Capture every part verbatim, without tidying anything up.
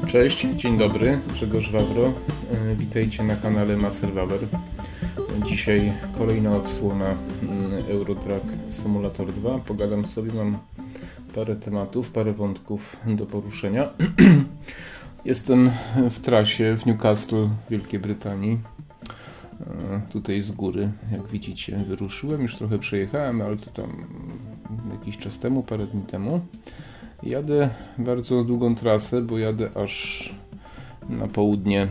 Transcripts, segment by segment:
Cześć, dzień dobry, Grzegorz Wawro. Witajcie na kanale Maserwawer. Dzisiaj kolejna odsłona Euro Truck Simulator dwa. Pogadam sobie, mam parę tematów, parę wątków do poruszenia. Jestem w trasie w Newcastle, Wielkiej Brytanii. Tutaj z góry, jak widzicie, wyruszyłem. Już trochę przejechałem, ale to tam jakiś czas temu, parę dni temu. Jadę bardzo długą trasę, bo jadę aż na południe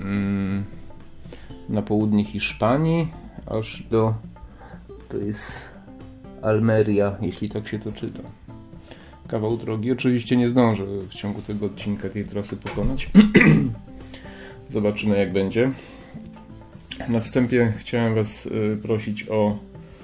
na południe Hiszpanii, aż do, to jest Almeria, jeśli tak się to czyta. Kawał drogi. Oczywiście nie zdążę w ciągu tego odcinka tej trasy pokonać. Zobaczymy, jak będzie. Na wstępie chciałem Was prosić o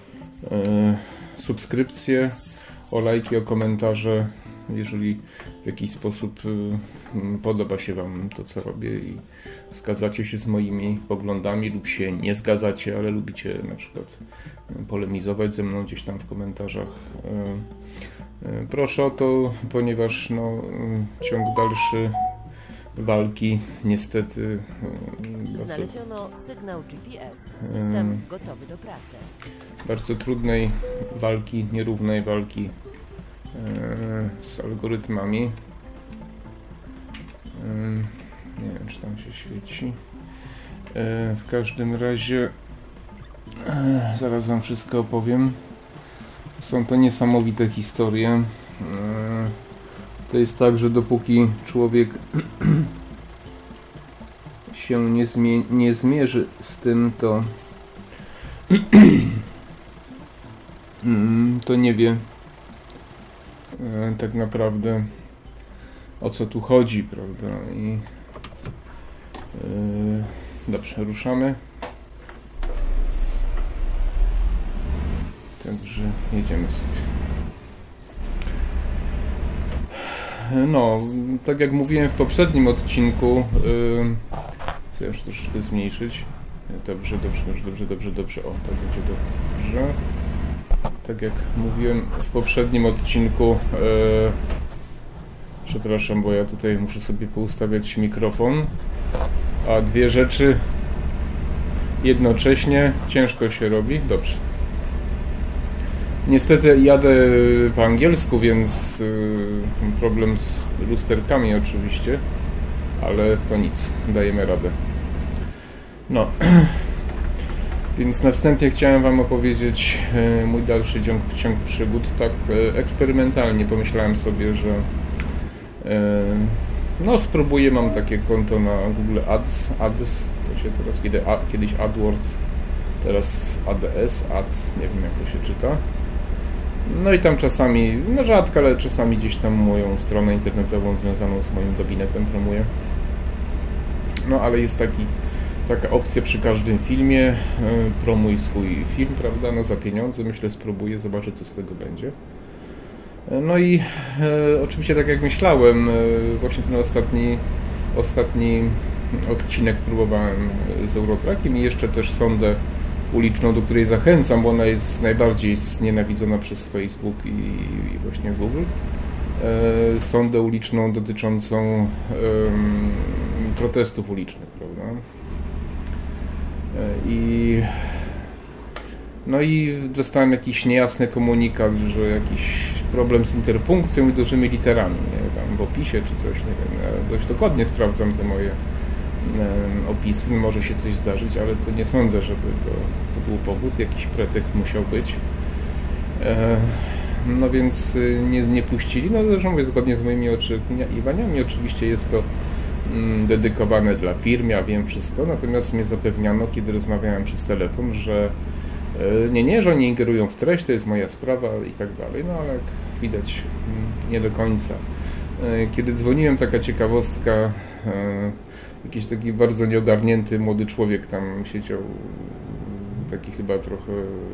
subskrypcję, o lajki, o komentarze, jeżeli w jakiś sposób podoba się Wam to, co robię i zgadzacie się z moimi poglądami lub się nie zgadzacie, ale lubicie na przykład polemizować ze mną gdzieś tam w komentarzach. Proszę o to, ponieważ no, ciąg dalszy walki niestety... Znaleziono sygnał G P S. System gotowy do pracy. Bardzo trudnej walki, nierównej walki z algorytmami. Nie wiem, czy tam się świeci. W każdym razie zaraz Wam wszystko opowiem. Są to niesamowite historie. To jest tak, że dopóki człowiek się nie, zmie- nie zmierzy z tym, to to nie wie tak naprawdę, o co tu chodzi, prawda? I yy, dobrze, ruszamy. Także jedziemy sobie. No, tak jak mówiłem w poprzednim odcinku, yy, chcę już troszeczkę zmniejszyć. Dobrze, dobrze, dobrze, dobrze, dobrze, dobrze. O, tak będzie dobrze. Tak jak mówiłem w poprzednim odcinku, yy, przepraszam, bo ja tutaj muszę sobie poustawiać mikrofon, a dwie rzeczy jednocześnie ciężko się robi. Dobrze. Niestety jadę po angielsku, więc yy, problem z lusterkami oczywiście, ale to nic, dajemy radę. No. Więc na wstępie chciałem Wam opowiedzieć e, mój dalszy ciąg, ciąg przygód. Tak e, eksperymentalnie pomyślałem sobie, że e, no spróbuję, mam takie konto na Google Ads, Ads, to się teraz kiedy, a, kiedyś AdWords, teraz A D S, Ads, nie wiem jak to się czyta. No i tam czasami, no rzadko, ale czasami gdzieś tam moją stronę internetową związaną z moim gabinetem promuję. No ale jest taki Taka opcja przy każdym filmie, promuj swój film, prawda, no za pieniądze, myślę, spróbuję, zobaczę, co z tego będzie. No i e, oczywiście tak jak myślałem, e, właśnie ten ostatni, ostatni odcinek próbowałem z Eurotrackiem i jeszcze też sondę uliczną, do której zachęcam, bo ona jest najbardziej znienawidzona przez Facebook i, i właśnie Google. E, sondę uliczną dotyczącą e, protestów ulicznych, prawda. I no i dostałem jakiś niejasny komunikat, że jakiś problem z interpunkcją i dużymi literami, nie tam w opisie czy coś, nie wiem. Ja dość dokładnie sprawdzam te moje e, opisy, może się coś zdarzyć, ale to nie sądzę, żeby to, to był powód, jakiś pretekst musiał być. E, no więc nie, nie puścili, no zresztą mówię, zgodnie z moimi oczekiwaniami, oczywiście jest to dedykowane dla firm, ja wiem wszystko, natomiast mnie zapewniano, kiedy rozmawiałem przez telefon, że nie, nie, że oni ingerują w treść, to jest moja sprawa i tak dalej, no ale jak widać nie do końca. Kiedy dzwoniłem, taka ciekawostka, jakiś taki bardzo nieogarnięty młody człowiek tam siedział, taki chyba trochę,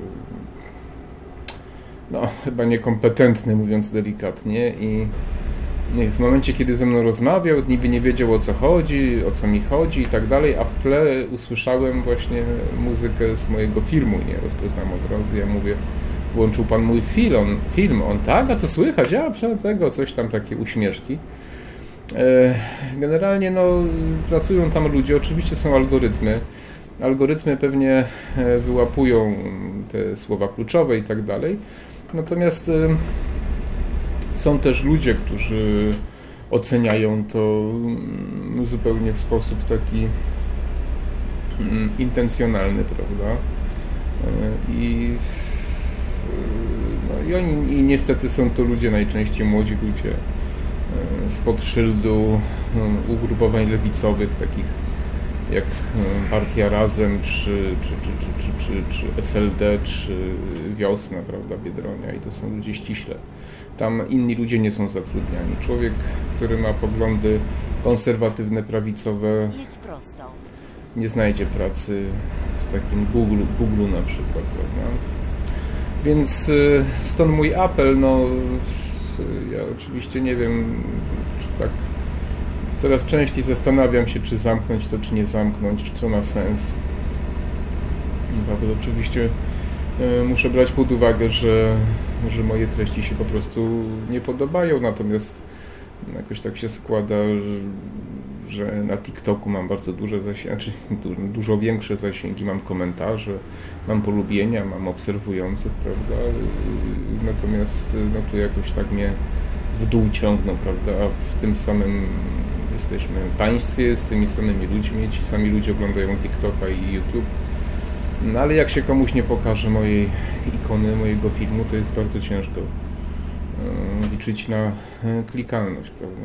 no chyba niekompetentny, mówiąc delikatnie, i w momencie, kiedy ze mną rozmawiał, niby nie wiedział, o co chodzi, o co mi chodzi i tak dalej, a w tle usłyszałem właśnie muzykę z mojego filmu, nie rozpoznam od razu. Ja mówię, włączył pan mój film, on, film, on tak, a to słychać, a przed tego coś tam, takie uśmieszki. Generalnie no, pracują tam ludzie, oczywiście są algorytmy. Algorytmy pewnie wyłapują te słowa kluczowe i tak dalej. Natomiast są też ludzie, którzy oceniają to zupełnie w sposób taki intencjonalny, prawda? I, no, i oni i niestety są to ludzie, najczęściej młodzi ludzie spod szyldu ugrupowań lewicowych, takich jak Partia Razem, czy, czy, czy, czy, czy, czy, czy S L D, czy Wiosna, prawda, Biedronia, i to są ludzie ściśle. Tam inni ludzie nie są zatrudniani. Człowiek, który ma poglądy konserwatywne, prawicowe, nie znajdzie pracy w takim Google, Google na przykład, prawda? Więc stąd mój apel, no ja oczywiście nie wiem, czy tak coraz częściej zastanawiam się, czy zamknąć to, czy nie zamknąć, czy co ma sens. Nawet oczywiście muszę brać pod uwagę, że, że moje treści się po prostu nie podobają, natomiast jakoś tak się składa, że, że na TikToku mam bardzo duże zasięgi, znaczy dużo, dużo większe zasięgi, mam komentarze, mam polubienia, mam obserwujących, prawda? Natomiast no tu jakoś tak mnie w dół ciągną, prawda? A w tym samym jesteśmy państwie, z tymi samymi ludźmi, ci sami ludzie oglądają TikToka i YouTube. No ale jak się komuś nie pokaże mojej ikony, mojego filmu, to jest bardzo ciężko liczyć na klikalność, prawda?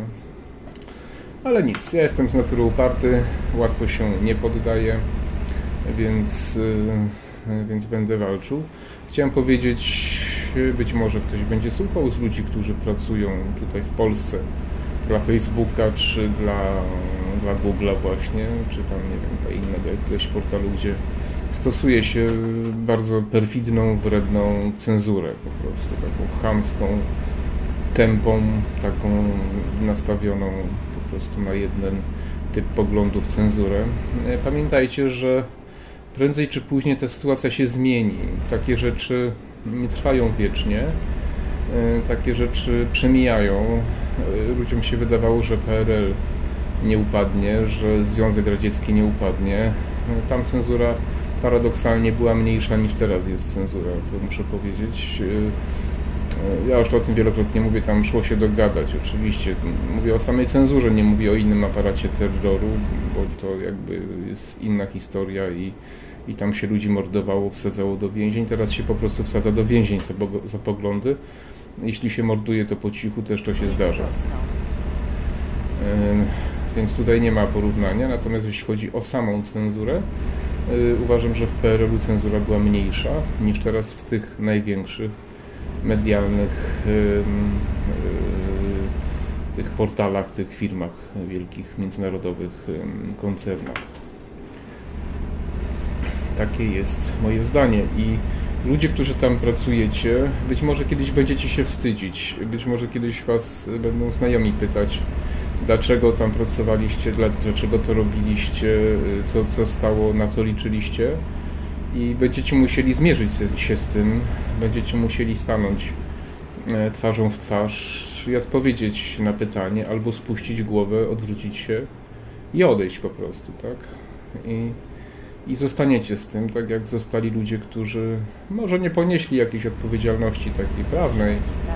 Ale nic, ja jestem z natury uparty, łatwo się nie poddaję, więc, więc będę walczył. Chciałem powiedzieć, być może ktoś będzie słuchał z ludzi, którzy pracują tutaj w Polsce dla Facebooka, czy dla, dla Google'a właśnie, czy tam, nie wiem, dla innego jakiegoś portalu, gdzie stosuje się bardzo perfidną, wredną cenzurę, po prostu taką chamską, tępą, taką nastawioną po prostu na jeden typ poglądów cenzurę. Pamiętajcie, że prędzej czy później ta sytuacja się zmieni. Takie rzeczy nie trwają wiecznie, takie rzeczy przemijają. Ludziom się wydawało, że P R L nie upadnie, że Związek Radziecki nie upadnie. Tam cenzura paradoksalnie była mniejsza niż teraz jest cenzura, to muszę powiedzieć. Ja już o tym wielokrotnie mówię, tam szło się dogadać, oczywiście. Mówię o samej cenzurze, nie mówię o innym aparacie terroru, bo to jakby jest inna historia i, i tam się ludzi mordowało, wsadzało do więzień. Teraz się po prostu wsadza do więzień za, za poglądy. Jeśli się morduje, to po cichu też to się zdarza. Więc tutaj nie ma porównania, natomiast jeśli chodzi o samą cenzurę, uważam, że w P R L-u cenzura była mniejsza niż teraz w tych największych medialnych yy, yy, tych portalach, tych firmach wielkich, międzynarodowych yy, koncernach. Takie jest moje zdanie i ludzie, którzy tam pracujecie, być może kiedyś będziecie się wstydzić, być może kiedyś was będą znajomi pytać, dlaczego tam pracowaliście, dlaczego to robiliście, co, co stało, na co liczyliście. I będziecie musieli zmierzyć się z tym, będziecie musieli stanąć twarzą w twarz i odpowiedzieć na pytanie, albo spuścić głowę, odwrócić się i odejść po prostu, tak? I, i zostaniecie z tym, tak jak zostali ludzie, którzy może nie ponieśli jakiejś odpowiedzialności takiej prawnej,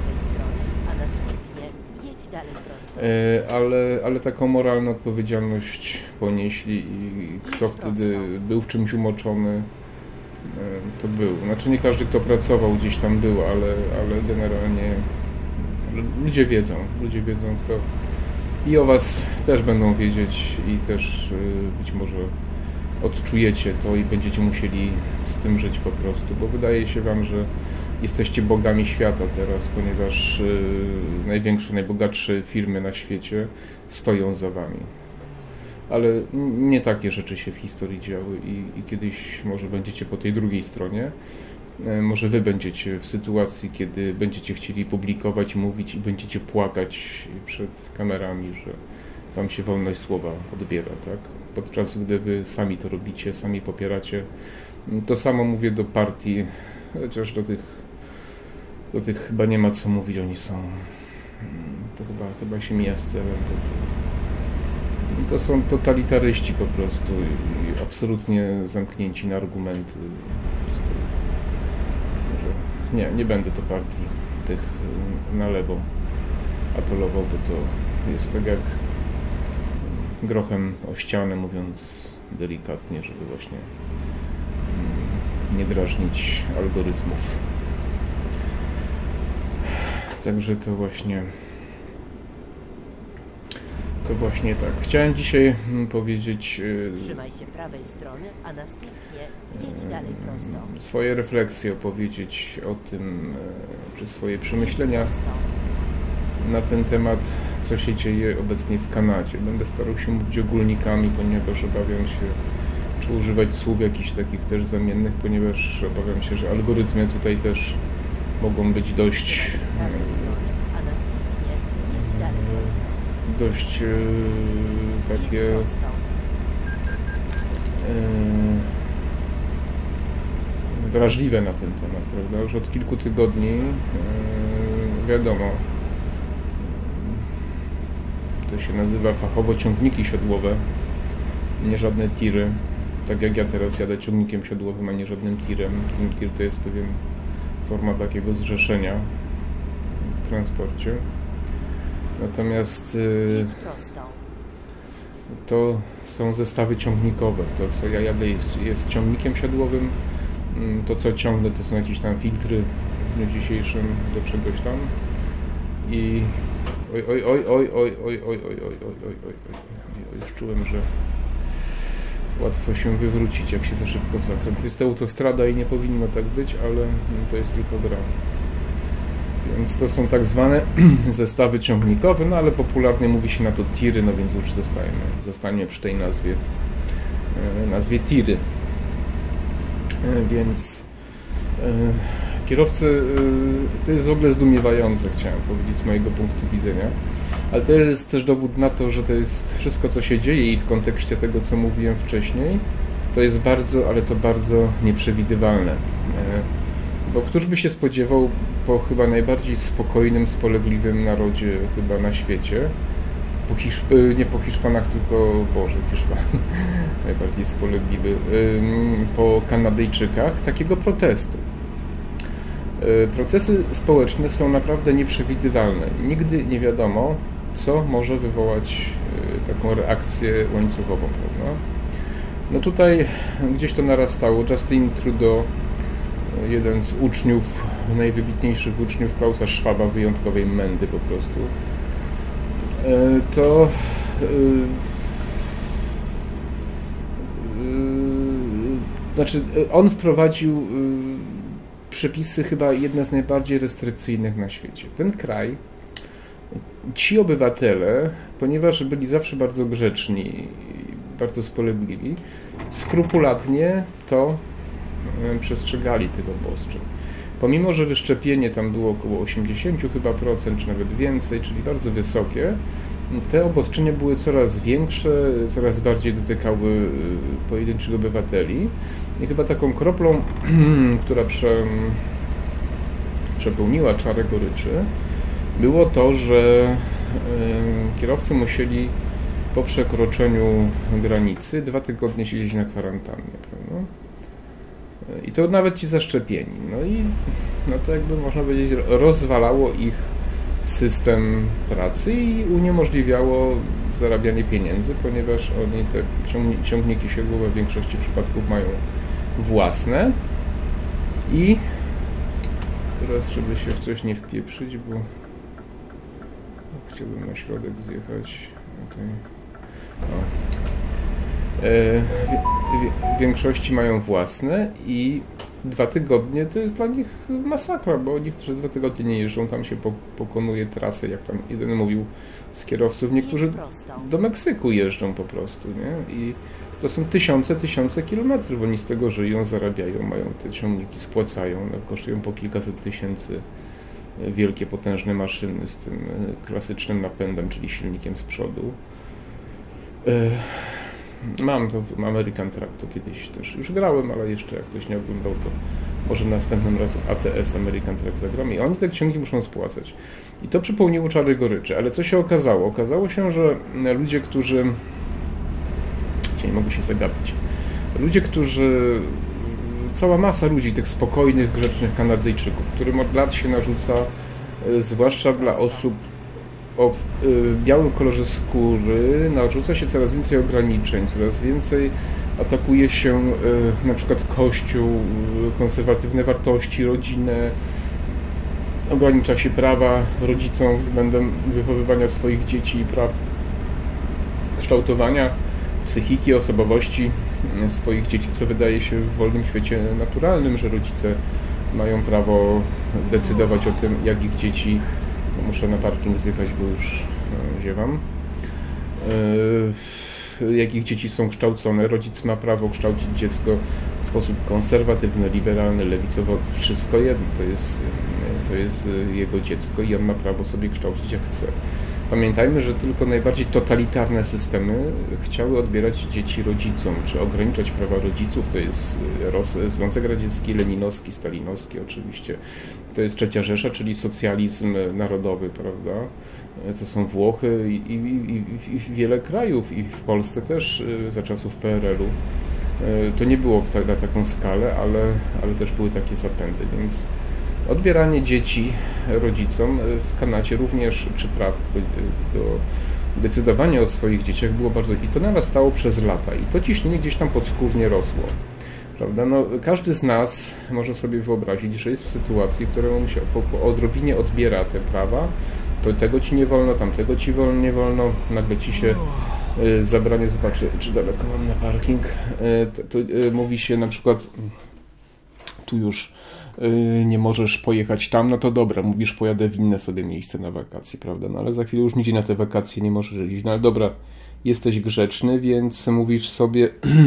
ale, ale taką moralną odpowiedzialność ponieśli i kto wtedy był w czymś umoczony, to był. Znaczy nie każdy, kto pracował gdzieś tam był, ale, ale generalnie ludzie wiedzą, ludzie wiedzą kto i o was też będą wiedzieć i też być może odczujecie to i będziecie musieli z tym żyć po prostu, bo wydaje się wam, że jesteście bogami świata teraz, ponieważ największe, najbogatsze firmy na świecie stoją za wami. Ale nie takie rzeczy się w historii działy i, i kiedyś może będziecie po tej drugiej stronie, może wy będziecie w sytuacji, kiedy będziecie chcieli publikować, mówić i będziecie płakać przed kamerami, że wam się wolność słowa odbiera, tak? Podczas gdy wy sami to robicie, sami popieracie. To samo mówię do partii, chociaż do tych, do tych chyba nie ma co mówić, oni są, to chyba, chyba się mija z celem. To, to to są totalitaryści po prostu i absolutnie zamknięci na argumenty. Nie, nie będę do partii tych na lewo apelował, bo to jest tak jak grochem o ścianę, mówiąc delikatnie, żeby właśnie nie drażnić algorytmów. Także to właśnie to właśnie tak. Chciałem dzisiaj powiedzieć Trzymaj się prawej strony, a następnie jedź dalej prosto. Swoje refleksje opowiedzieć o tym, czy swoje przemyślenia na ten temat, co się dzieje obecnie w Kanadzie. Będę starał się mówić ogólnikami, ponieważ obawiam się, czy używać słów jakichś takich też zamiennych, ponieważ obawiam się, że algorytmy tutaj też mogą być dość dość yy, takie yy, wrażliwe na ten temat, prawda? Już od kilku tygodni yy, wiadomo, to się nazywa fachowo ciągniki siodłowe, nie żadne tiry, tak jak ja teraz jadę ciągnikiem siodłowym, a nie żadnym tirem. Ten tir to jest pewien forma takiego zrzeszenia w transporcie. Natomiast yy, to są zestawy ciągnikowe. To, co ja jadę, jest, jest ciągnikiem siodłowym. To, co ciągnę, to są jakieś tam filtry w dniu dzisiejszym do czegoś tam. I oj, oj, oj, oj, oj, oj, oj, oj, oj, oj, oj, oj, oj, już czułem, że łatwo się wywrócić, jak się za szybko w zakręt. Jest to autostrada i nie powinno tak być, ale to jest tylko gra. Więc to są tak zwane zestawy ciągnikowe, no ale popularnie mówi się na to tiry, no więc już zostajemy, zostaniemy przy tej nazwie, nazwie tiry. Więc kierowcy, to jest w ogóle zdumiewające, chciałem powiedzieć, z mojego punktu widzenia, ale to jest też dowód na to, że to jest wszystko, co się dzieje i w kontekście tego, co mówiłem wcześniej, to jest bardzo, ale to bardzo nieprzewidywalne. Bo któż by się spodziewał po chyba najbardziej spokojnym, spolegliwym narodzie chyba na świecie, po Hiszp- nie po Hiszpanach, tylko, Boże, Hiszpan, najbardziej spolegliwy, po Kanadyjczykach, takiego protestu. Procesy społeczne są naprawdę nieprzewidywalne. Nigdy nie wiadomo, co może wywołać taką reakcję łańcuchową, prawda? No tutaj gdzieś to narastało. Justin Trudeau, jeden z uczniów, najwybitniejszych uczniów Klausa Schwaba, wyjątkowej mędy po prostu, to znaczy on wprowadził przepisy chyba jedne z najbardziej restrykcyjnych na świecie. Ten kraj, ci obywatele, ponieważ byli zawsze bardzo grzeczni, bardzo spolegliwi, skrupulatnie to przestrzegali tych obostrzeń. Pomimo, że wyszczepienie tam było około osiemdziesiąt chyba procent, czy nawet więcej, czyli bardzo wysokie, te obostrzenia były coraz większe, coraz bardziej dotykały pojedynczych obywateli i chyba taką kroplą, która prze, przepełniła czarę goryczy, było to, że kierowcy musieli po przekroczeniu granicy dwa tygodnie siedzieć na kwarantannie, prawda? I to nawet ci zaszczepieni. No i no to jakby można powiedzieć rozwalało ich system pracy i uniemożliwiało zarabianie pieniędzy, ponieważ oni te ciągniki siodłowe w większości przypadków mają własne. I teraz, żeby się w coś nie wpieprzyć, bo chciałbym na środek zjechać. Tutaj. O. W większości mają własne i dwa tygodnie to jest dla nich masakra, bo oni przez dwa tygodnie nie jeżdżą, tam się pokonuje trasę, jak tam jeden mówił z kierowców, niektórzy do Meksyku jeżdżą po prostu, nie? I to są tysiące, tysiące kilometrów, oni z tego żyją, zarabiają, mają te ciągniki, spłacają, no, kosztują po kilkaset tysięcy wielkie, potężne maszyny z tym klasycznym napędem, czyli silnikiem z przodu. Mam to w American Truck, to kiedyś też już grałem, ale jeszcze jak ktoś nie oglądał, to może następnym razem A T S American Truck zagram i oni te ciągniki muszą spłacać. I to przypomniło czary goryczy, ale co się okazało? Okazało się, że ludzie, którzy wiecie, nie mogę się zagapić. Ludzie, którzy... Cała masa ludzi, tych spokojnych, grzecznych Kanadyjczyków, którym od lat się narzuca, zwłaszcza dla osób o białym kolorze skóry, narzuca się coraz więcej ograniczeń, coraz więcej atakuje się na przykład Kościół, konserwatywne wartości, rodzinę, ogranicza się prawa rodzicom względem wychowywania swoich dzieci i praw kształtowania psychiki, osobowości swoich dzieci, co wydaje się w wolnym świecie naturalnym, że rodzice mają prawo decydować o tym, jak ich dzieci, no muszę na parking zjechać, bo już ziewam, jak ich dzieci są kształcone. Rodzic ma prawo kształcić dziecko w sposób konserwatywny, liberalny, lewicowo, wszystko jedno, to jest, to jest jego dziecko i on ma prawo sobie kształcić jak chce. Pamiętajmy, że tylko najbardziej totalitarne systemy chciały odbierać dzieci rodzicom, czy ograniczać prawa rodziców. To jest Związek Radziecki, leninowski, stalinowski oczywiście. To jest Trzecia Rzesza, czyli socjalizm narodowy, prawda? To są Włochy i, i, i, i wiele krajów, i w Polsce też za czasów P R L-u. To nie było na taką skalę, ale, ale też były takie zapędy, więc odbieranie dzieci rodzicom w Kanadzie również, czy praw do decydowania o swoich dzieciach było bardzo... I to narastało przez lata. I to ciśnienie gdzieś tam podskórnie rosło. Prawda? No, każdy z nas może sobie wyobrazić, że jest w sytuacji, którą się po, po odrobinie odbiera te prawa, to tego ci nie wolno, tamtego ci wolno, nie wolno, nagle ci się y, zabranie, zobaczę, czy daleko mam na parking, y, to, to y, mówi się na przykład, tu już nie możesz pojechać tam, no to dobra, mówisz, pojadę w inne sobie miejsce na wakacje, prawda, no ale za chwilę już nigdzie na te wakacje nie możesz jeździć, no ale dobra, jesteś grzeczny, więc mówisz sobie,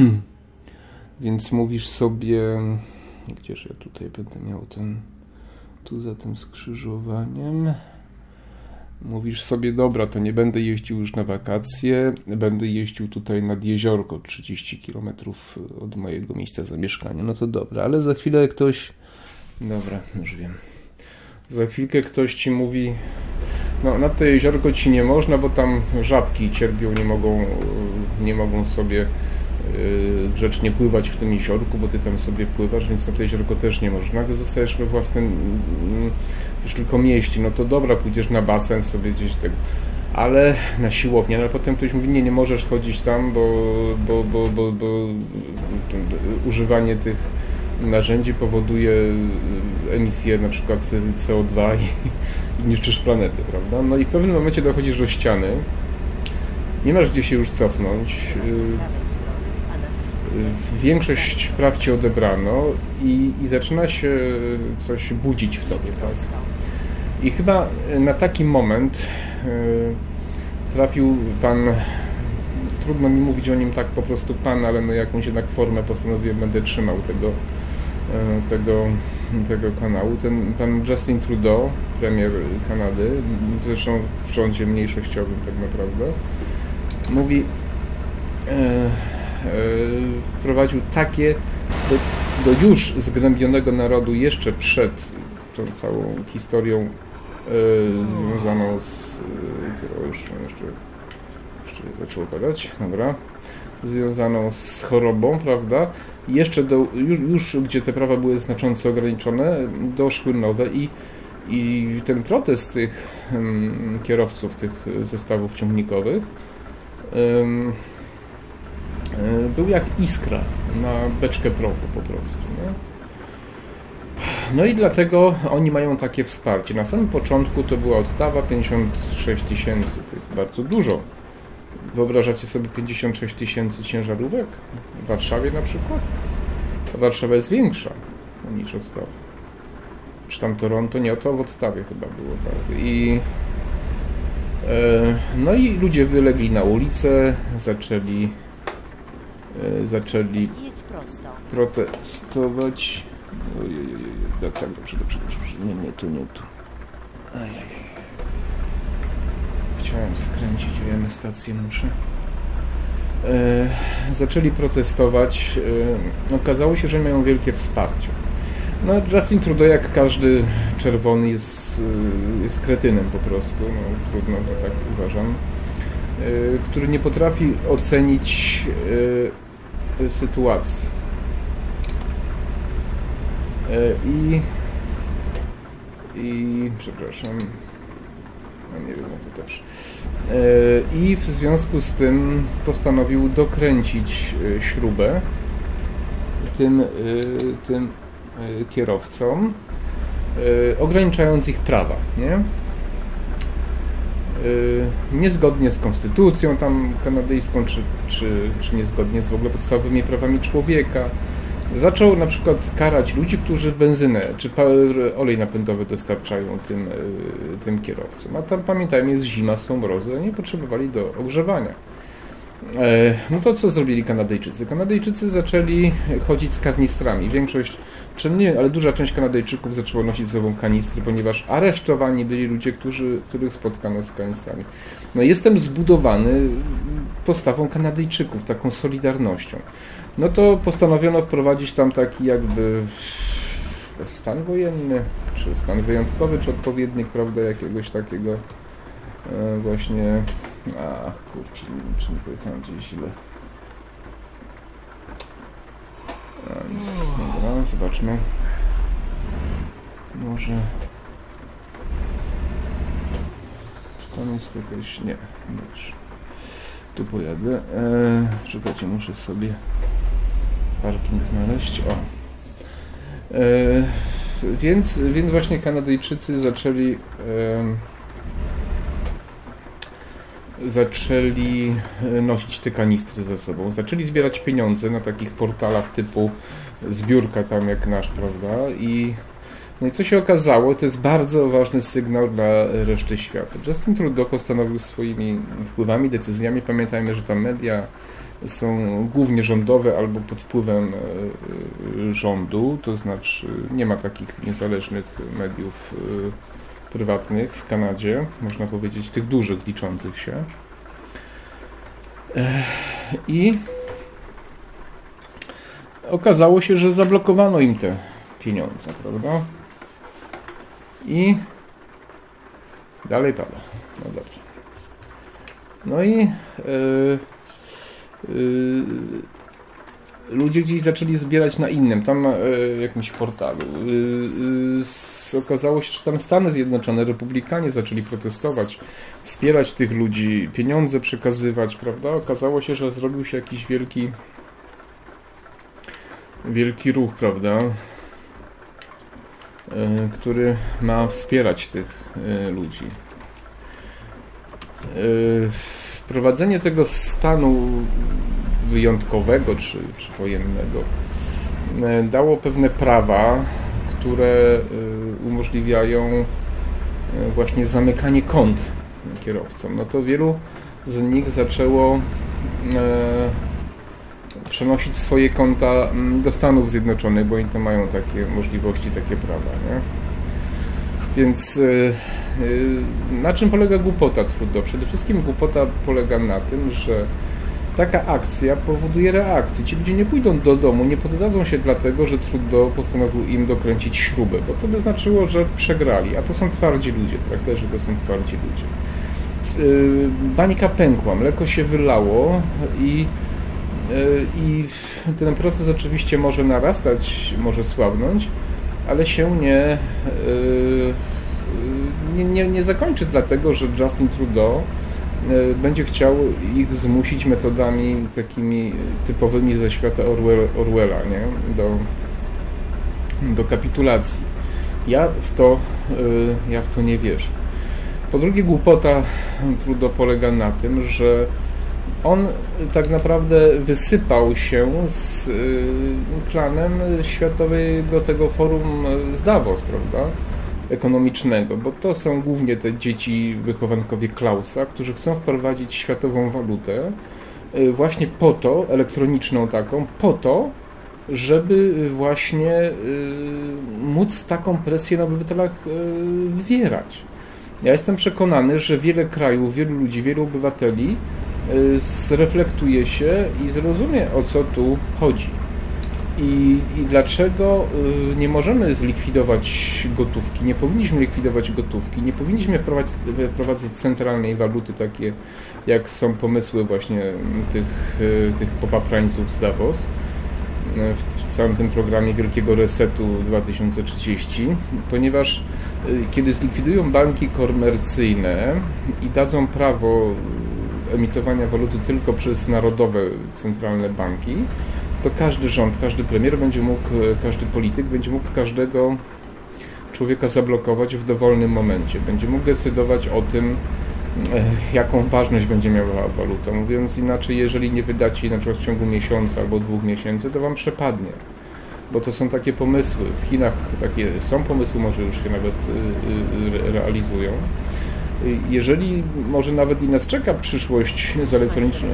więc mówisz sobie, gdzież ja tutaj będę miał ten, tu za tym skrzyżowaniem, mówisz sobie, dobra, to nie będę jeździł już na wakacje, będę jeździł tutaj nad jeziorko, trzydzieści kilometrów od mojego miejsca zamieszkania, no to dobra, ale za chwilę ktoś, dobra, już wiem, za chwilkę ktoś ci mówi, no na to jeziorko ci nie można, bo tam żabki cierpią, nie mogą, nie mogą sobie grzecznie pływać w tym jeziorku, bo ty tam sobie pływasz, więc na to jeziorko też nie możesz. Nagle zostajesz we własnym już tylko mieście, no to dobra, pójdziesz na basen sobie gdzieś tego, ale na siłownię, no ale potem ktoś mówi, nie, nie możesz chodzić tam, bo, bo, bo, bo, bo używanie tych narzędzi powoduje emisję na przykład C O dwa i, i niszczysz planetę, prawda? No i w pewnym momencie dochodzisz do ściany, nie masz gdzie się już cofnąć, większość praw ci odebrano i, i zaczyna się coś budzić w tobie, tak? I chyba na taki moment trafił pan, trudno mi mówić o nim tak po prostu pan, ale no jakąś jednak formę postanowiłem, będę trzymał tego, tego, tego kanału. Ten pan Justin Trudeau, premier Kanady, zresztą w rządzie mniejszościowym tak naprawdę, mówi, e, wprowadził takie do, do już zgnębionego narodu jeszcze przed tą całą historią e, związaną z e, już jeszcze, jeszcze zaczęło padać, dobra, związaną z chorobą, prawda, jeszcze do, już, już gdzie te prawa były znacząco ograniczone, doszły nowe i, i ten protest tych um, kierowców tych zestawów ciągnikowych um, był jak iskra na beczkę prochu po prostu. Nie? No i dlatego oni mają takie wsparcie. Na samym początku to była odstawa pięćdziesiąt sześć tysięcy, to bardzo dużo. Wyobrażacie sobie pięćdziesiąt sześć tysięcy ciężarówek w Warszawie na przykład? A Warszawa jest większa niż odstawa. Czy tam Toronto? Nie, to w Ottawie chyba było, tak. I e, no i ludzie wylegli na ulicę, zaczęli zaczęli protestować. Ojej, tak, tak, dobrze, dobrze, dobrze. Nie, nie tu, nie tu. Ajaj. Chciałem skręcić, ja na stację muszę. E, zaczęli protestować. E, okazało się, że mają wielkie wsparcie. No, Justin Trudeau, jak każdy czerwony, jest, jest kretynem po prostu. No, trudno, to tak uważam. który nie potrafi ocenić sytuacji. I i przepraszam, no nie wiem, to też. I w związku z tym postanowił dokręcić śrubę tym, tym kierowcom, ograniczając ich prawa, nie? Niezgodnie z konstytucją tam kanadyjską, czy, czy, czy niezgodnie z w ogóle podstawowymi prawami człowieka. Zaczął na przykład karać ludzi, którzy benzynę czy olej napędowy dostarczają tym, tym kierowcom. A tam, pamiętajmy, jest zima, są mrozy, oni potrzebowali do ogrzewania. No to co zrobili Kanadyjczycy? Kanadyjczycy zaczęli chodzić z kanistrami. Większość, czy nie, ale duża część Kanadyjczyków zaczęła nosić ze sobą kanistry, ponieważ aresztowani byli ludzie, którzy, których spotkano z kanistrami. No jestem zbudowany postawą Kanadyjczyków, taką solidarnością. No to postanowiono wprowadzić tam taki jakby stan wojenny, czy stan wyjątkowy, czy odpowiednik, prawda, jakiegoś takiego e, właśnie, ach kurczę, nie wiem, czy nie pojechałem gdzieś źle. A, nic, dobra, zobaczmy. Może... Czy tam jest jakaś... Nie, dobrze. Tu pojadę. E, czekajcie, muszę sobie parking znaleźć. O. E, więc, więc właśnie Kanadyjczycy zaczęli e, zaczęli nosić te kanistry ze sobą. Zaczęli zbierać pieniądze na takich portalach typu zbiórka tam jak nasz, prawda? I no i co się okazało, to jest bardzo ważny sygnał dla reszty świata. Justin Trudeau postanowił swoimi wpływami, decyzjami, pamiętajmy, że tam media są głównie rządowe albo pod wpływem rządu, to znaczy nie ma takich niezależnych mediów prywatnych w Kanadzie, można powiedzieć tych dużych, liczących się. I okazało się, że zablokowano im te pieniądze, prawda? I dalej pada. No dobrze. No i yy, yy, ludzie gdzieś zaczęli zbierać na innym, tam yy, jakimś portalu. Yy, yy, okazało się, że tam Stany Zjednoczone, Republikanie zaczęli protestować, wspierać tych ludzi, pieniądze przekazywać, prawda? Okazało się, że zrobił się jakiś wielki wielki ruch, prawda? Który ma wspierać tych ludzi. Wprowadzenie tego stanu wyjątkowego czy, czy wojennego dało pewne prawa, które umożliwiają właśnie zamykanie kont kierowcom. No to wielu z nich zaczęło przenosić swoje konta do Stanów Zjednoczonych, bo oni tam mają takie możliwości, takie prawa, nie? Więc yy, yy, na czym polega głupota Trudeau? Przede wszystkim głupota polega na tym, że taka akcja powoduje reakcję. Ci ludzie nie pójdą do domu, nie poddadzą się dlatego, że Trudeau postanowił im dokręcić śrubę, bo to by znaczyło, że przegrali, a to są twardzi ludzie, trakerzy to są twardzi ludzie. Yy, bańka pękła, mleko się wylało i I ten proces oczywiście może narastać, może słabnąć, ale się nie, nie, nie, nie zakończy dlatego, że Justin Trudeau będzie chciał ich zmusić metodami takimi typowymi ze świata Orwell, Orwella, nie? Do, do kapitulacji. Ja w to, ja w to nie wierzę. Po drugie, głupota Trudeau polega na tym, że on tak naprawdę wysypał się z planem światowego tego forum z Davos, prawda, ekonomicznego, bo to są głównie te dzieci wychowankowie Klausa, którzy chcą wprowadzić światową walutę właśnie po to, elektroniczną taką, po to, żeby właśnie móc taką presję na obywatelach wywierać. Ja jestem przekonany, że wiele krajów, wielu ludzi, wielu obywateli zreflektuje się i zrozumie, o co tu chodzi. I, i dlaczego y, nie możemy zlikwidować gotówki, nie powinniśmy likwidować gotówki, nie powinniśmy wprowadzać, wprowadzać centralnej waluty, takie jak są pomysły właśnie tych, y, tych popaprańców z Davos w, w całym tym programie Wielkiego Resetu dwa tysiące trzydzieści, ponieważ y, kiedy zlikwidują banki komercyjne i dadzą prawo emitowania waluty tylko przez narodowe centralne banki, to każdy rząd, każdy premier będzie mógł, każdy polityk będzie mógł każdego człowieka zablokować w dowolnym momencie. Będzie mógł decydować o tym, jaką ważność będzie miała waluta. Mówiąc inaczej, jeżeli nie wydacie jej na przykład w ciągu miesiąca albo dwóch miesięcy, to wam przepadnie. Bo to są takie pomysły. W Chinach takie są pomysły, może już się nawet realizują. Jeżeli może nawet i nas czeka przyszłość z elektroniczną,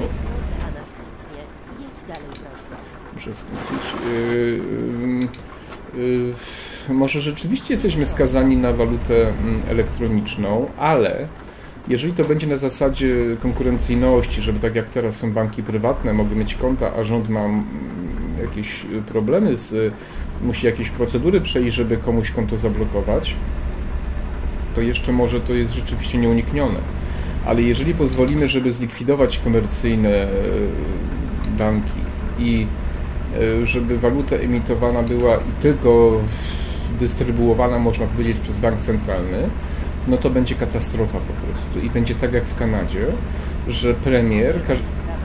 muszę skrócić, yy, yy, yy, może rzeczywiście jesteśmy skazani na walutę elektroniczną, ale jeżeli to będzie na zasadzie konkurencyjności, żeby tak jak teraz są banki prywatne, mogą mieć konta, a rząd ma jakieś problemy, z, musi jakieś procedury przejść, żeby komuś konto zablokować, to jeszcze może to jest rzeczywiście nieuniknione. Ale jeżeli pozwolimy, żeby zlikwidować komercyjne banki i żeby waluta emitowana była i tylko dystrybuowana, można powiedzieć, przez bank centralny, no to będzie katastrofa po prostu. I będzie tak jak w Kanadzie, że premier każ...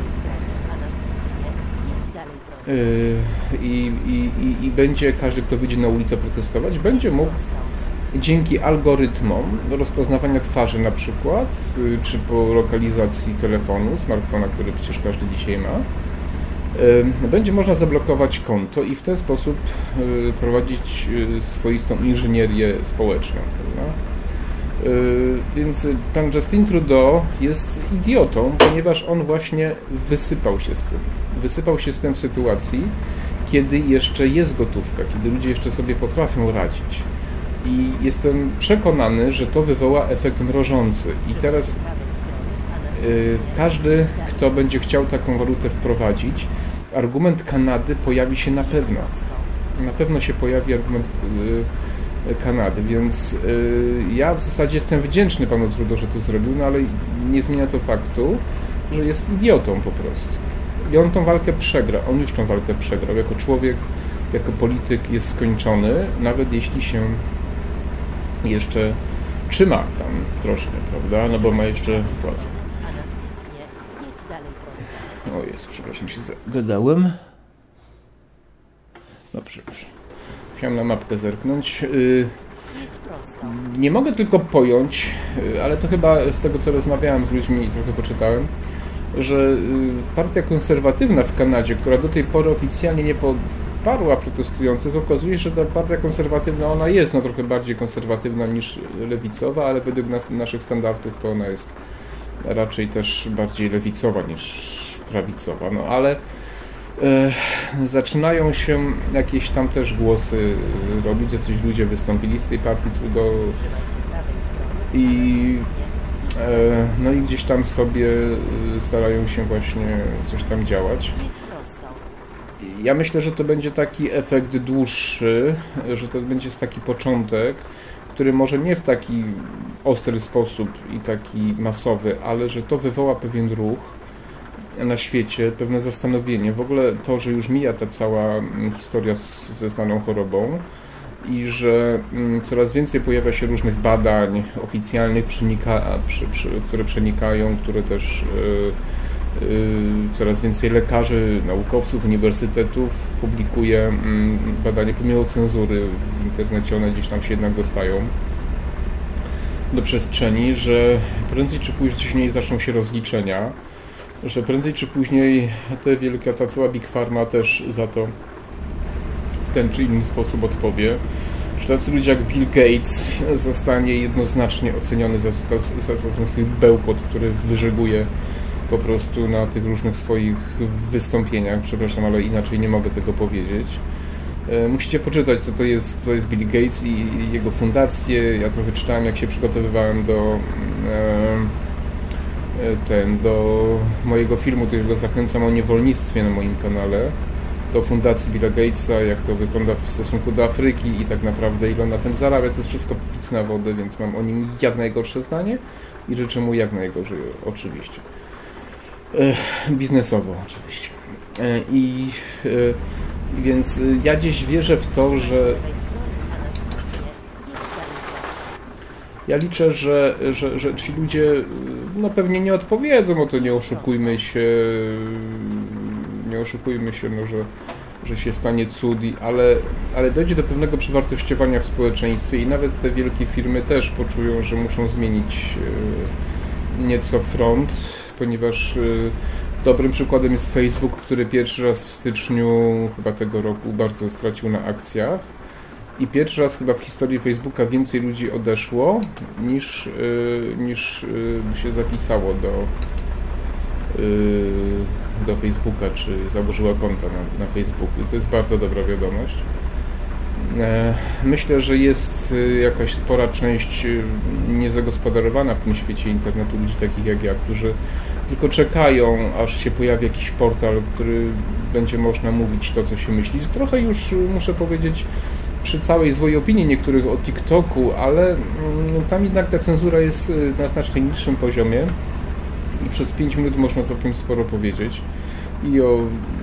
I, i, i, i będzie każdy, kto wyjdzie na ulicę protestować, będzie mógł dzięki algorytmom rozpoznawania twarzy na przykład, czy po lokalizacji telefonu, smartfona, który przecież każdy dzisiaj ma, będzie można zablokować konto i w ten sposób prowadzić swoistą inżynierię społeczną. Prawda? Więc pan Justin Trudeau jest idiotą, ponieważ on właśnie wysypał się z tym. Wysypał się z tym w sytuacji, kiedy jeszcze jest gotówka, kiedy ludzie jeszcze sobie potrafią radzić. I jestem przekonany, że to wywoła efekt mrożący. I teraz y, każdy, kto będzie chciał taką walutę wprowadzić, argument Kanady pojawi się na pewno. Na pewno się pojawi argument y, Kanady, więc y, ja w zasadzie jestem wdzięczny panu Trudeau, że to zrobił, no ale nie zmienia to faktu, że jest idiotą po prostu. I on tą walkę przegra, on już tą walkę przegrał. Jako człowiek, jako polityk jest skończony, nawet jeśli się jeszcze trzyma tam troszkę, prawda? No bo ma jeszcze władzę. O jest, przepraszam, się zagadałem. Dobrze, już. Musiałem na mapkę zerknąć. Nie mogę tylko pojąć, ale to chyba z tego, co rozmawiałem z ludźmi i trochę poczytałem, że partia konserwatywna w Kanadzie, która do tej pory oficjalnie nie poparła protestujących, okazuje się, że ta partia konserwatywna, ona jest no trochę bardziej konserwatywna niż lewicowa, ale według nas, naszych standardów to ona jest raczej też bardziej lewicowa niż prawicowa. No ale e, zaczynają się jakieś tam też głosy robić, jacyś ludzie wystąpili z tej partii Trudeau i e, no i gdzieś tam sobie starają się właśnie coś tam działać. Ja myślę, że to będzie taki efekt dłuższy, że to będzie taki początek, który może nie w taki ostry sposób i taki masowy, ale że to wywoła pewien ruch na świecie, pewne zastanowienie. W ogóle to, że już mija ta cała historia z, ze znaną chorobą i że coraz więcej pojawia się różnych badań oficjalnych, przenika, przy, przy, które przenikają, które też yy, yy, coraz więcej lekarzy, naukowców, uniwersytetów publikuje yy, badania pomimo cenzury w internecie, one gdzieś tam się jednak dostają do przestrzeni, że prędzej czy później zaczną się rozliczenia, że prędzej czy później te wielka, ta cała Big Pharma też za to w ten czy inny sposób odpowie, że tacy ludzie jak Bill Gates zostanie jednoznacznie oceniony za, za, za ten swój bełkot, który wyżeguje po prostu na tych różnych swoich wystąpieniach, przepraszam, ale inaczej nie mogę tego powiedzieć. Musicie poczytać, co to jest, co to jest Bill Gates i, i jego fundacje. Ja trochę czytałem, jak się przygotowywałem do e, ten, do mojego filmu, którego zachęcam o niewolnictwie na moim kanale. do fundacji Billa Gatesa, jak to wygląda w stosunku do Afryki i tak naprawdę ile on na tym zarabia, to jest wszystko pic na wodę, więc mam o nim jak najgorsze zdanie i życzę mu jak najgorzej, oczywiście. E, biznesowo oczywiście. E, I e, więc ja gdzieś wierzę w to, że ja liczę, że, że, że ci ludzie no pewnie nie odpowiedzą, o to nie oszukujmy się, nie oszukujmy się, no, że, że się stanie cud, ale, ale dojdzie do pewnego przewartościowania w społeczeństwie i nawet te wielkie firmy też poczują, że muszą zmienić nieco front, ponieważ dobrym przykładem jest Facebook, który pierwszy raz w styczniu chyba tego roku bardzo stracił na akcjach. I pierwszy raz chyba w historii Facebooka więcej ludzi odeszło niż, yy, niż yy, się zapisało do, yy, do Facebooka, czy założyło konta na, na Facebooku. I to jest bardzo dobra wiadomość. E, myślę, że jest jakaś spora część niezagospodarowana w tym świecie internetu ludzi takich jak ja, którzy tylko czekają, aż się pojawi jakiś portal, który będzie można mówić to, co się myśli. Trochę już muszę powiedzieć, przy całej złej opinii niektórych o TikToku, ale tam jednak ta cenzura jest na znacznie niższym poziomie i przez pięć minut można całkiem sporo powiedzieć. I o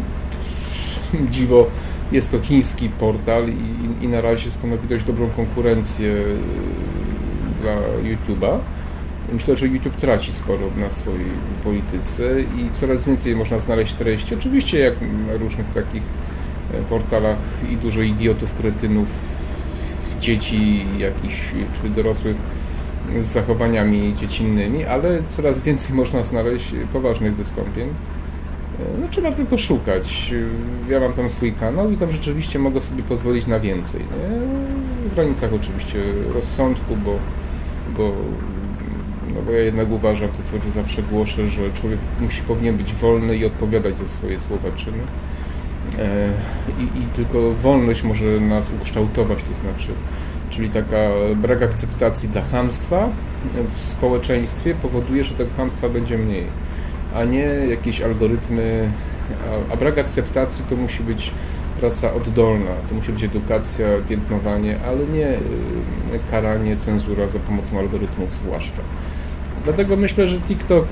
dziwo jest to chiński portal i, i na razie stanowi dość dobrą konkurencję dla YouTube'a. Myślę, że YouTube traci sporo na swojej polityce i coraz więcej można znaleźć treści. Oczywiście jak na różnych takich portalach i dużo idiotów, kretynów, dzieci jakichś, czy dorosłych z zachowaniami dziecinnymi, ale coraz więcej można znaleźć poważnych wystąpień. No, trzeba tylko szukać. Ja mam tam swój kanał i tam rzeczywiście mogę sobie pozwolić na więcej. Nie? W granicach oczywiście rozsądku, bo, bo, no bo ja jednak uważam, to co zawsze głoszę, że człowiek musi, powinien być wolny i odpowiadać za swoje słowa, czyny. I, I tylko wolność może nas ukształtować, to znaczy, czyli taka brak akceptacji dla chamstwa w społeczeństwie powoduje, że tego chamstwa będzie mniej, a nie jakieś algorytmy, a, a brak akceptacji to musi być praca oddolna, to musi być edukacja, piętnowanie, ale nie karanie, cenzura za pomocą algorytmów zwłaszcza. Dlatego myślę, że TikTok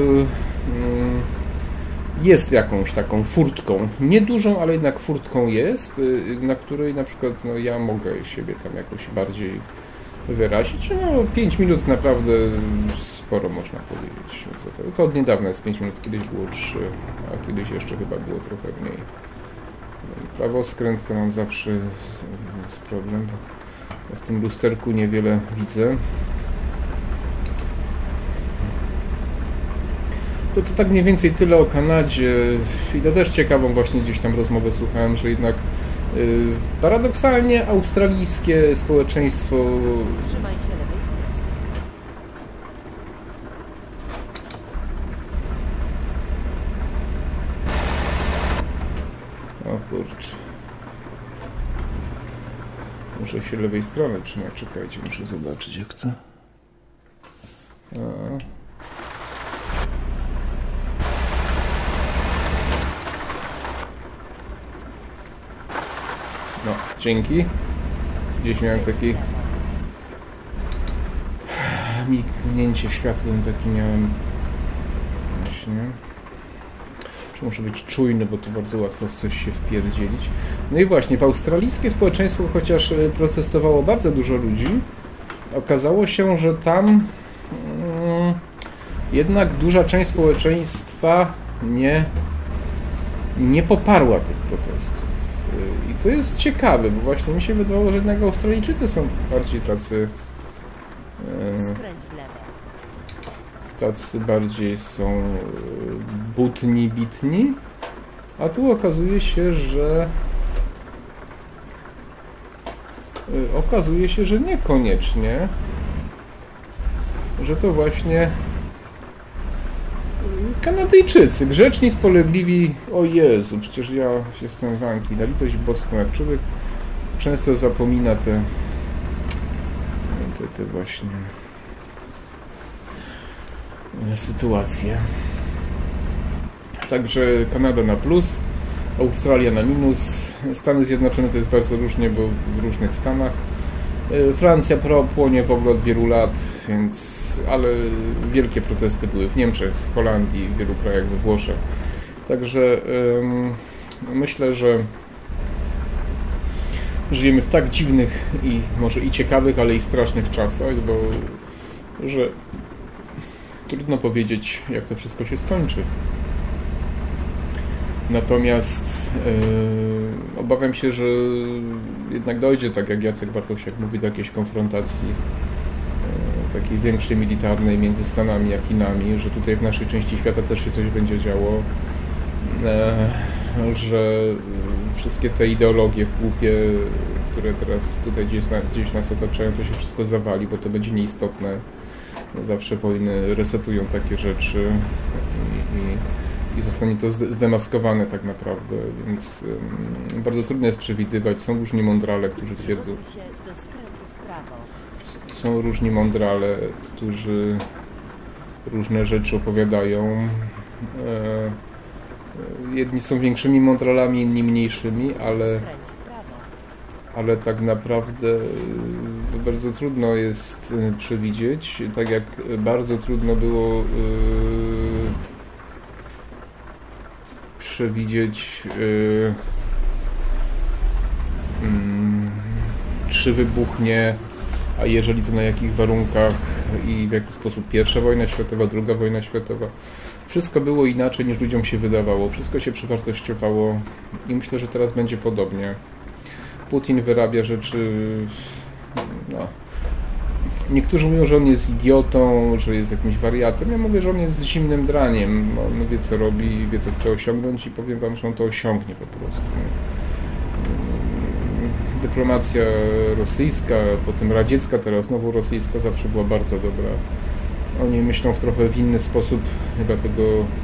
jest jakąś taką furtką, niedużą, ale jednak furtką jest, na której na przykład no, ja mogę siebie tam jakoś bardziej wyrazić. No, pięć minut naprawdę sporo można powiedzieć. To od niedawna jest pięć minut, kiedyś było trzy, a kiedyś jeszcze chyba było trochę mniej. Prawoskręt to mam zawsze z problem, bo w tym lusterku niewiele widzę. To, to tak mniej więcej tyle o Kanadzie i to też ciekawą właśnie gdzieś tam rozmowę słuchałem, że jednak yy, paradoksalnie australijskie społeczeństwo... Trzymaj się lewej strony. O kurczę. Muszę się lewej strony trzymać, czekajcie, muszę zobaczyć jak to... A. No, dzięki. Gdzieś miałem taki mignięcie światłem, taki miałem właśnie. Czy muszę być czujny, bo to bardzo łatwo w coś się wpierdzielić. No i właśnie, w australijskie społeczeństwo, chociaż protestowało bardzo dużo ludzi, okazało się, że tam mm, jednak duża część społeczeństwa nie, nie poparła tych protestów. I to jest ciekawe, bo właśnie mi się wydawało, że jednak Australijczycy są bardziej tacy... Skręć w lewo. Tacy bardziej są butni, bitni, a tu okazuje się, że... Okazuje się, że niekoniecznie, że to właśnie Kanadyjczycy, grzeczni, spolegliwi, o Jezu, przecież ja jestem w Anglii, na litość boską, jak człowiek często zapomina te, te, te właśnie sytuacje. Także Kanada na plus, Australia na minus, Stany Zjednoczone to jest bardzo różnie, bo w różnych stanach. Francja pro płonie w ogóle od wielu lat, więc, ale wielkie protesty były w Niemczech, w Holandii, w wielu krajach, we Włoszech. Także ym, myślę, że żyjemy w tak dziwnych i może i ciekawych, ale i strasznych czasach, bo że trudno powiedzieć, jak to wszystko się skończy. Natomiast yy, obawiam się, że jednak dojdzie, tak jak Jacek Bartosiak mówi, do jakiejś konfrontacji yy, takiej większej, militarnej między Stanami a Chinami, że tutaj w naszej części świata też się coś będzie działo, yy, że wszystkie te ideologie głupie, które teraz tutaj gdzieś, gdzieś nas otaczają, to się wszystko zawali, bo to będzie nieistotne. Zawsze wojny resetują takie rzeczy i, i i zostanie to zdemaskowane tak naprawdę, więc um, bardzo trudno jest przewidywać. Są różni mądrale, którzy twierdzą... Są różni mądrale, którzy różne rzeczy opowiadają. E, jedni są większymi mądralami, inni mniejszymi, ale, ale tak naprawdę bardzo trudno jest przewidzieć, tak jak bardzo trudno było przewidzieć yy, yy, czy wybuchnie, a jeżeli to na jakich warunkach i w jaki sposób pierwsza wojna światowa, druga wojna światowa. Wszystko było inaczej niż ludziom się wydawało, wszystko się przewartościowało i myślę, że teraz będzie podobnie. Putin wyrabia rzeczy, no, niektórzy mówią, że on jest idiotą, że jest jakimś wariatem. Ja mówię, że on jest zimnym draniem. On wie, co robi, wie, co chce osiągnąć i powiem wam, że on to osiągnie po prostu. Dyplomacja rosyjska, potem radziecka, teraz znowu rosyjska zawsze była bardzo dobra. Oni myślą w trochę w inny sposób, dlatego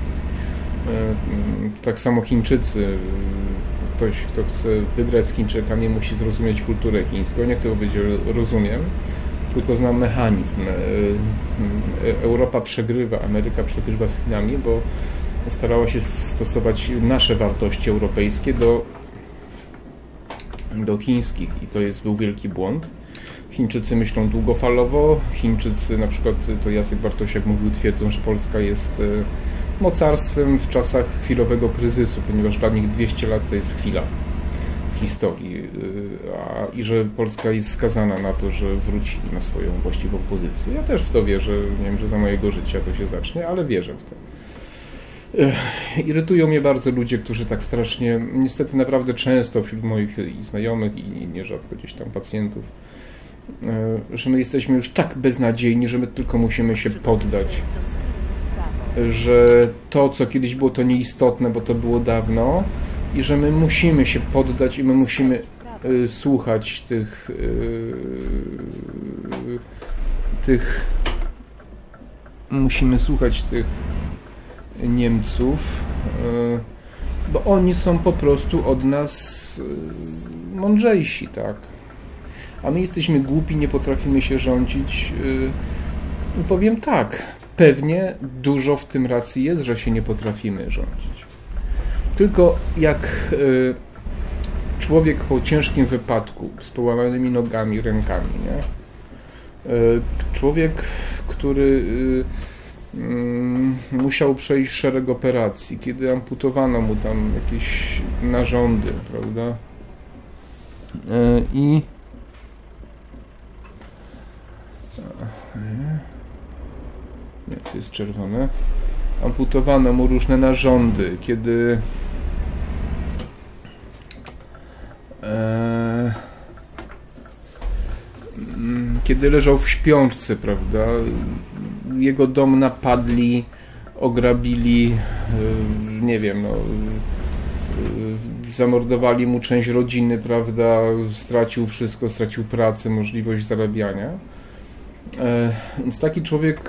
tak samo Chińczycy. Ktoś, kto chce wygrać z Chińczykami, musi zrozumieć kulturę chińską. Nie chcę powiedzieć, że rozumiem, tylko znam mechanizm. Europa przegrywa, Ameryka przegrywa z Chinami, bo starała się stosować nasze wartości europejskie do, do chińskich i to jest, był wielki błąd. Chińczycy myślą długofalowo, Chińczycy, na przykład to Jacek Bartosiak mówił, twierdzą, że Polska jest mocarstwem w czasach chwilowego kryzysu, ponieważ dla nich dwieście lat to jest chwila w historii a, i że Polska jest skazana na to, że wróci na swoją właściwą pozycję. Ja też w to wierzę, nie wiem, że za mojego życia to się zacznie, ale wierzę w to. Irytują mnie bardzo ludzie, którzy tak strasznie, niestety naprawdę często wśród moich i znajomych i nierzadko gdzieś tam pacjentów, że my jesteśmy już tak beznadziejni, że my tylko musimy się poddać. Że to, co kiedyś było, to nieistotne, bo to było dawno i że my musimy się poddać i my musimy y, słuchać tych y, tych musimy słuchać tych Niemców, y, bo oni są po prostu od nas y, mądrzejsi, tak? A my jesteśmy głupi, nie potrafimy się rządzić. Y, powiem tak, pewnie dużo w tym racji jest, że się nie potrafimy rządzić. Tylko jak y, człowiek po ciężkim wypadku z połamanymi nogami, rękami, nie? Y, człowiek, który y, y, musiał przejść szereg operacji, kiedy amputowano mu tam jakieś narządy, prawda? Y, I nie, to jest czerwone. Amputowano mu różne narządy, kiedy e, kiedy leżał w śpiączce, prawda? Jego dom napadli, ograbili, e, nie wiem, no, e, zamordowali mu część rodziny, prawda? Stracił wszystko, stracił pracę, możliwość zarabiania. Więc taki człowiek,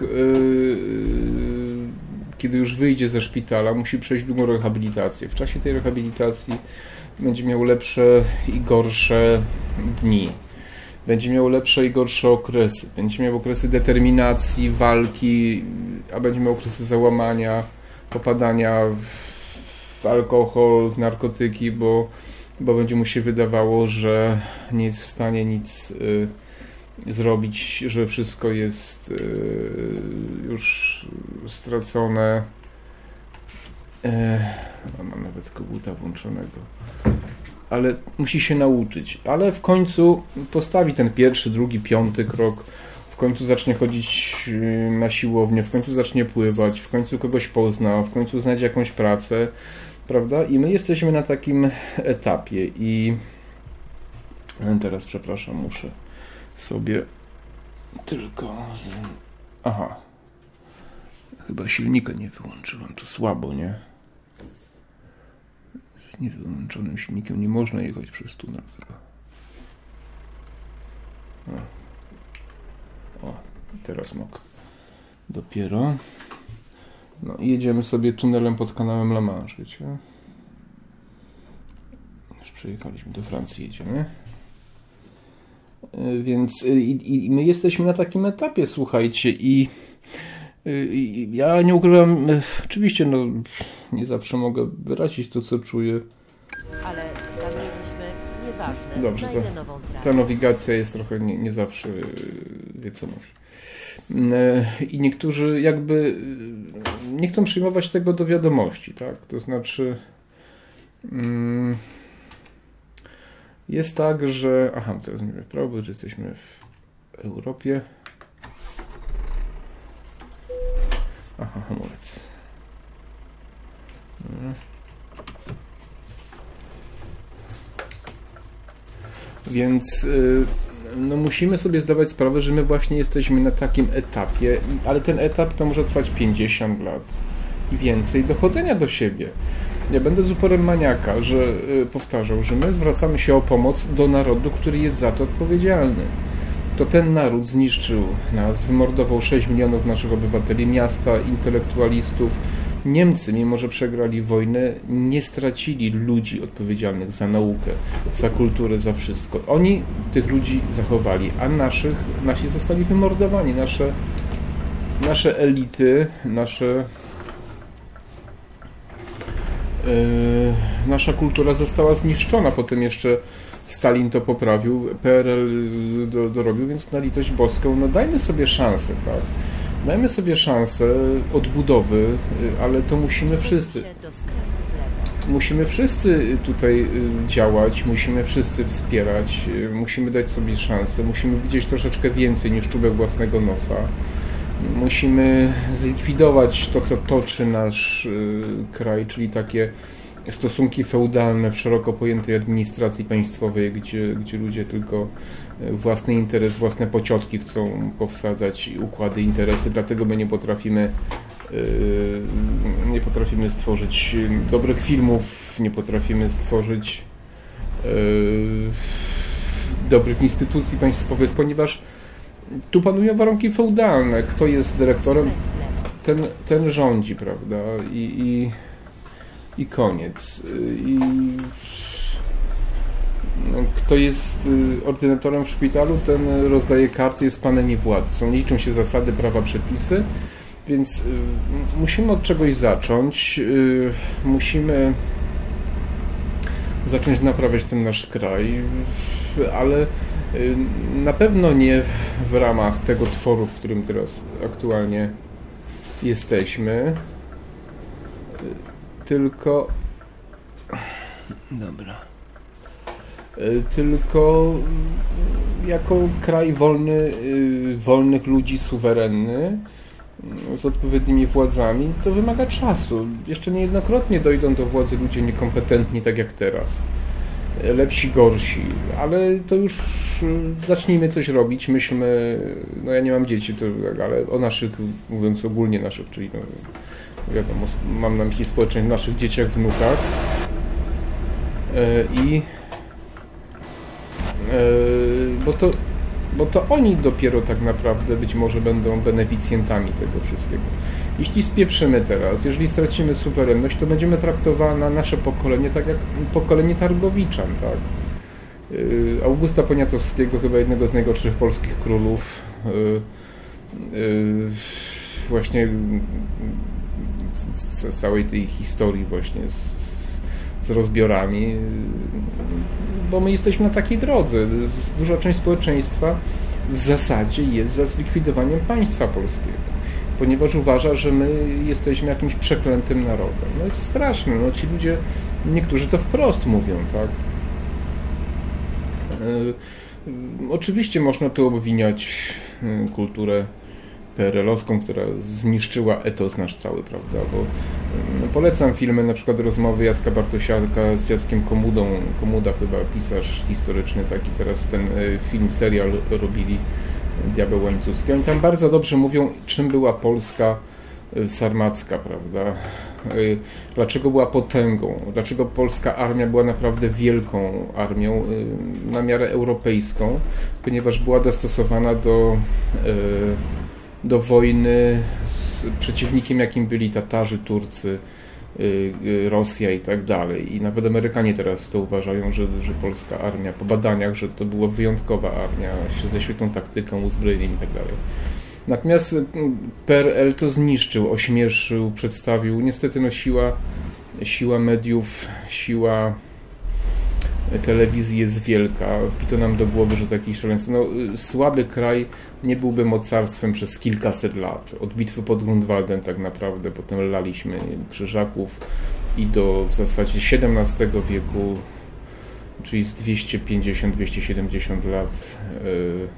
kiedy już wyjdzie ze szpitala, musi przejść długą rehabilitację. W czasie tej rehabilitacji będzie miał lepsze i gorsze dni. Będzie miał lepsze i gorsze okresy. Będzie miał okresy determinacji, walki, a będzie miał okresy załamania, popadania w, w alkohol, w narkotyki, bo, bo będzie mu się wydawało, że nie jest w stanie nic y, zrobić, że wszystko jest y, już stracone. Y, mam nawet koguta włączonego. Ale musi się nauczyć. Ale w końcu postawi ten pierwszy, drugi, piąty krok. W końcu zacznie chodzić na siłownię, w końcu zacznie pływać, w końcu kogoś pozna, w końcu znajdzie jakąś pracę, prawda? I my jesteśmy na takim etapie i teraz, przepraszam, muszę sobie tylko... Aha. Chyba silnika nie wyłączyłem, tu słabo, nie? Z niewyłączonym silnikiem nie można jechać przez tunel. O, teraz mogę. Dopiero. No i jedziemy sobie tunelem pod kanałem La Manche, wiecie? Już przejechaliśmy, do Francji jedziemy. Więc i, i my jesteśmy na takim etapie, słuchajcie, i, i ja nie ukrywam, oczywiście, no nie zawsze mogę wyrazić to, co czuję. Ale zamieniliśmy, nieważne, dobrze, znajdę to, nową trasę. ta nawigacja jest trochę nie, nie zawsze wie, co mówi. I niektórzy jakby nie chcą przyjmować tego do wiadomości, tak? To znaczy jest tak, że... Aha, teraz mówię w prawo, bo że jesteśmy w Europie. Aha, hamulec. Więc no, musimy sobie zdawać sprawę, że my właśnie jesteśmy na takim etapie, ale ten etap to może trwać pięćdziesiąt lat i więcej dochodzenia do siebie. Ja będę z uporem maniaka, że powtarzał, że my zwracamy się o pomoc do narodu, który jest za to odpowiedzialny. To ten naród zniszczył nas, wymordował sześć milionów naszych obywateli, miasta, intelektualistów. Niemcy, mimo że przegrali wojnę, nie stracili ludzi odpowiedzialnych za naukę, za kulturę, za wszystko. Oni tych ludzi zachowali, a naszych, nasi zostali wymordowani. Nasze, nasze elity, nasze, yy, nasza kultura została zniszczona. Potem jeszcze Stalin to poprawił, P R L do, dorobił, więc na litość boską, no dajmy sobie szansę, tak? Dajmy sobie szansę odbudowy, ale to musimy wszyscy. Musimy wszyscy tutaj działać, musimy wszyscy wspierać, musimy dać sobie szansę, musimy widzieć troszeczkę więcej niż czubek własnego nosa. Musimy zlikwidować to, co toczy nasz kraj, czyli takie stosunki feudalne w szeroko pojętej administracji państwowej, gdzie, gdzie ludzie tylko własny interes, własne pociotki chcą powsadzać i układy, interesy, dlatego my nie potrafimy yy, nie potrafimy stworzyć dobrych filmów, nie potrafimy stworzyć yy, dobrych instytucji państwowych, ponieważ tu panują warunki feudalne. Kto jest dyrektorem, ten, ten rządzi, prawda? I, i I koniec. I kto jest ordynatorem w szpitalu, ten rozdaje karty, jest panem i władcą. Nie liczą się zasady, prawa, przepisy, więc musimy od czegoś zacząć. Musimy zacząć naprawiać ten nasz kraj, ale na pewno nie w ramach tego tworu, w którym teraz aktualnie jesteśmy. Tylko dobra tylko jako kraj wolny, wolnych ludzi, suwerenny, z odpowiednimi władzami, to wymaga czasu. Jeszcze niejednokrotnie dojdą do władzy ludzie niekompetentni, tak jak teraz. Lepsi, gorsi, ale to już zacznijmy coś robić. Myślmy, no ja nie mam dzieci, to, ale o naszych, mówiąc ogólnie naszych, czyli no, wiadomo, mam na myśli społeczeństwo, naszych dzieciach, wnukach i bo to, bo to oni dopiero tak naprawdę być może będą beneficjentami tego wszystkiego. Jeśli spieprzymy teraz, jeżeli stracimy suwerenność, to będziemy traktowane nasze pokolenie tak jak pokolenie Targowiczan, tak? Augusta Poniatowskiego, chyba jednego z najgorszych polskich królów, właśnie z, z całej tej historii właśnie z, z rozbiorami, bo my jesteśmy na takiej drodze. Duża część społeczeństwa w zasadzie jest za zlikwidowaniem państwa polskiego, ponieważ uważa, że my jesteśmy jakimś przeklętym narodem. No jest straszne, no ci ludzie, niektórzy to wprost mówią, tak? Yy, oczywiście można tu obwiniać yy, kulturę P R L-owską, która zniszczyła etos nasz cały, prawda, bo yy, polecam filmy, na przykład Rozmowy Jacka Bartosiaka z Jackiem Komudą, Komuda chyba, pisarz historyczny taki, teraz ten yy, film, serial robili, Diabeł Łańcuski. Oni tam bardzo dobrze mówią, czym była Polska sarmacka, prawda? Dlaczego była potęgą? Dlaczego polska armia była naprawdę wielką armią na miarę europejską? Ponieważ była dostosowana do, do wojny z przeciwnikiem, jakim byli Tatarzy, Turcy, Rosja i tak dalej. I nawet Amerykanie teraz to uważają, że, że polska armia, po badaniach, że to była wyjątkowa armia ze świetną taktyką, uzbrojeniem i tak dalej. Natomiast P R L to zniszczył, ośmieszył, przedstawił. Niestety no siła, siła mediów, siła telewizji jest wielka. Wbito nam do głowy, że taki szaleństwo. No, słaby kraj nie byłby mocarstwem przez kilkaset lat. Od bitwy pod Grunwaldem tak naprawdę, potem laliśmy Krzyżaków i do w zasadzie siedemnastego wieku, czyli z dwieście pięćdziesiąt do dwieście siedemdziesiąt lat, yy,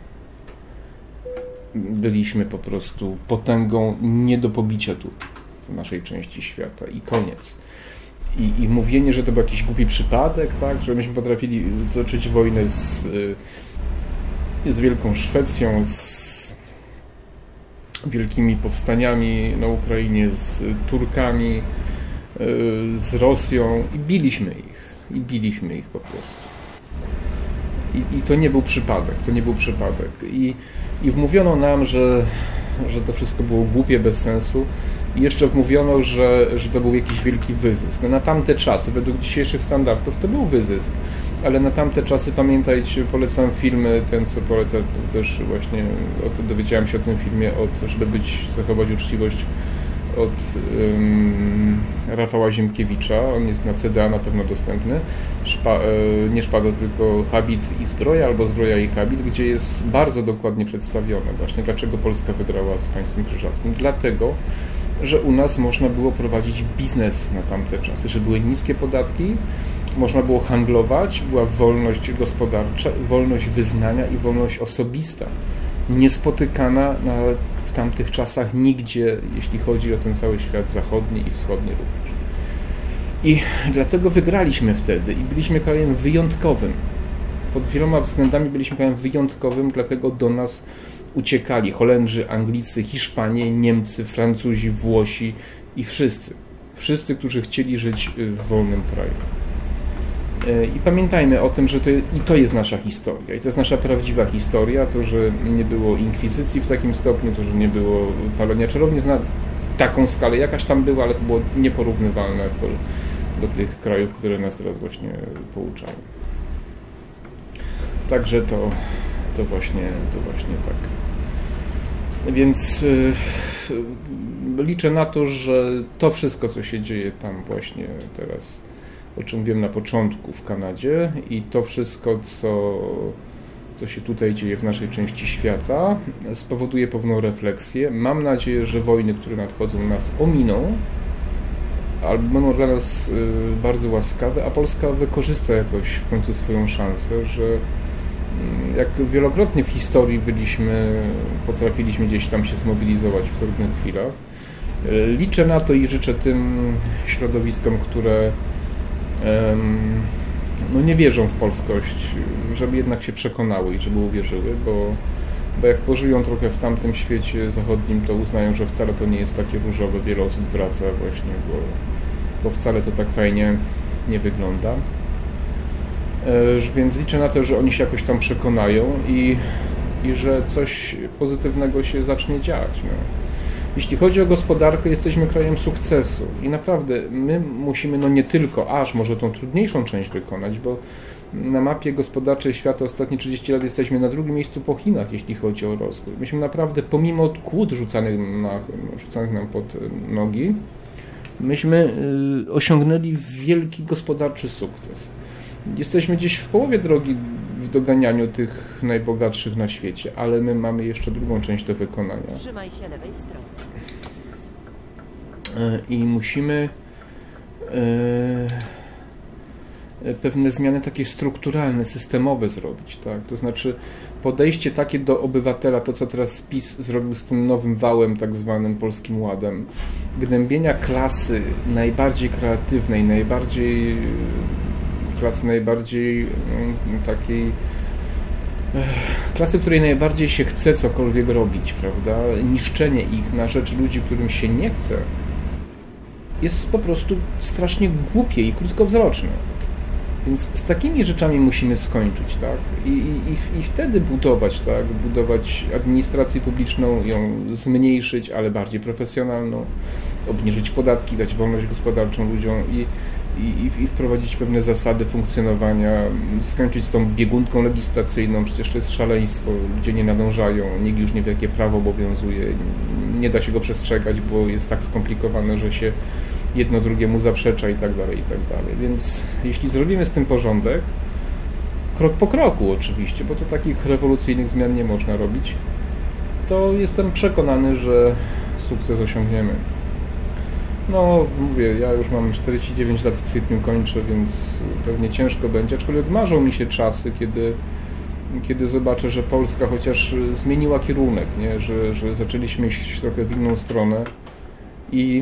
byliśmy po prostu potęgą nie do pobicia tu w naszej części świata i koniec. I, i mówienie, że to był jakiś głupi przypadek, tak, że myśmy potrafili toczyć wojnę z, z Wielką Szwecją, z wielkimi powstaniami na Ukrainie, z Turkami, z Rosją i biliśmy ich. I biliśmy ich po prostu. I, i to nie był przypadek, to nie był przypadek. I, i wmówiono nam, że, że to wszystko było głupie, bez sensu. I jeszcze wmówiono, że, że to był jakiś wielki wyzysk. No na tamte czasy, według dzisiejszych standardów, to był wyzysk. Ale na tamte czasy, pamiętajcie, polecam filmy, ten co poleca, to też właśnie od, dowiedziałem się o tym filmie, od, żeby być, zachować uczciwość, od um, Rafała Ziemkiewicza. On jest na C D A na pewno dostępny. Szpa, e, nie Szpago, tylko Habit i Zbroja, albo Zbroja i Habit, gdzie jest bardzo dokładnie przedstawione właśnie, dlaczego Polska wygrała z państwem krzyżackim. Dlatego, że u nas można było prowadzić biznes na tamte czasy, że były niskie podatki, można było handlować, była wolność gospodarcza, wolność wyznania i wolność osobista. Niespotykana na, w tamtych czasach nigdzie, jeśli chodzi o ten cały świat zachodni i wschodni również. I dlatego wygraliśmy wtedy i byliśmy krajem wyjątkowym. Pod wieloma względami byliśmy krajem wyjątkowym, dlatego do nas uciekali Holendrzy, Anglicy, Hiszpanie, Niemcy, Francuzi, Włosi i wszyscy. Wszyscy, którzy chcieli żyć w wolnym kraju. I pamiętajmy o tym, że to, i to jest nasza historia. I to jest nasza prawdziwa historia. To, że nie było inkwizycji w takim stopniu, to, że nie było palenia czarownic na taką skalę. Jakaś tam była, ale to było nieporównywalne do, do tych krajów, które nas teraz właśnie pouczają. Także to, to, właśnie, to właśnie tak. Więc yy, liczę na to, że to wszystko, co się dzieje tam właśnie teraz, o czym mówiłem na początku w Kanadzie, i to wszystko, co, co się tutaj dzieje w naszej części świata, spowoduje pewną refleksję. Mam nadzieję, że wojny, które nadchodzą, nas ominą, albo będą dla nas bardzo łaskawe, a Polska wykorzysta jakoś w końcu swoją szansę, że jak wielokrotnie w historii byliśmy, potrafiliśmy gdzieś tam się zmobilizować w trudnych chwilach. Liczę na to i życzę tym środowiskom, które no nie wierzą w polskość, żeby jednak się przekonały i żeby uwierzyły, bo, bo jak pożyją trochę w tamtym świecie zachodnim, to uznają, że wcale to nie jest takie różowe. Wiele osób wraca właśnie, bo, bo wcale to tak fajnie nie wygląda. Więc liczę na to, że oni się jakoś tam przekonają i, i że coś pozytywnego się zacznie dziać. No. Jeśli chodzi o gospodarkę, jesteśmy krajem sukcesu i naprawdę my musimy no nie tylko, aż może tą trudniejszą część wykonać, bo na mapie gospodarczej świata ostatnie trzydzieści lat jesteśmy na drugim miejscu po Chinach, jeśli chodzi o rozwój. Myśmy naprawdę, pomimo kłód rzucanych, na, rzucanych nam pod nogi, myśmy y, osiągnęli wielki gospodarczy sukces. Jesteśmy gdzieś w połowie drogi w doganianiu tych najbogatszych na świecie, ale my mamy jeszcze drugą część do wykonania. Trzymaj się lewej strony. Y, I musimy y, pewne zmiany takie strukturalne, systemowe zrobić, tak? To znaczy podejście takie do obywatela, to co teraz PiS zrobił z tym nowym wałem, tak zwanym Polskim Ładem, gnębienia klasy najbardziej kreatywnej, najbardziej klasy najbardziej takiej klasy, której najbardziej się chce cokolwiek robić, prawda? Niszczenie ich na rzecz ludzi, którym się nie chce, jest po prostu strasznie głupie i krótkowzroczne. Więc z takimi rzeczami musimy skończyć, tak? I, i, i wtedy budować, tak? Budować administrację publiczną, ją zmniejszyć, ale bardziej profesjonalną, obniżyć podatki, dać wolność gospodarczą ludziom i, i, i wprowadzić pewne zasady funkcjonowania, skończyć z tą biegunką legislacyjną, przecież to jest szaleństwo, ludzie nie nadążają, nikt już nie wie, jakie prawo obowiązuje, nie da się go przestrzegać, bo jest tak skomplikowane, że się jedno drugiemu zaprzecza i tak dalej, i tak dalej. Więc jeśli zrobimy z tym porządek, krok po kroku oczywiście, bo to takich rewolucyjnych zmian nie można robić, to jestem przekonany, że sukces osiągniemy. No, mówię, ja już mam czterdzieści dziewięć lat, w kwietniu kończę, więc pewnie ciężko będzie, aczkolwiek marzą mi się czasy, kiedy, kiedy zobaczę, że Polska chociaż zmieniła kierunek, nie? Że, że zaczęliśmy iść trochę w inną stronę i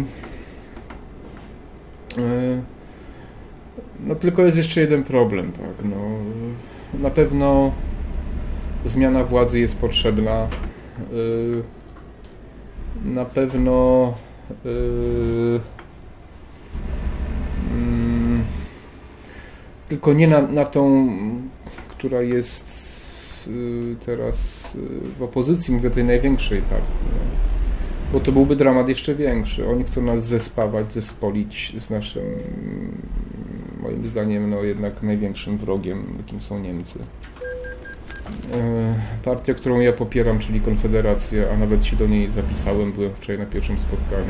no tylko jest jeszcze jeden problem, tak, no, na pewno zmiana władzy jest potrzebna, na pewno tylko nie na, na tą, która jest teraz w opozycji, mówię o tej największej partii, no. Bo to byłby dramat jeszcze większy. Oni chcą nas zespawać, zespolić z naszym, moim zdaniem, no jednak największym wrogiem, jakim są Niemcy. Partia, którą ja popieram, czyli Konfederacja, a nawet się do niej zapisałem, byłem wczoraj na pierwszym spotkaniu,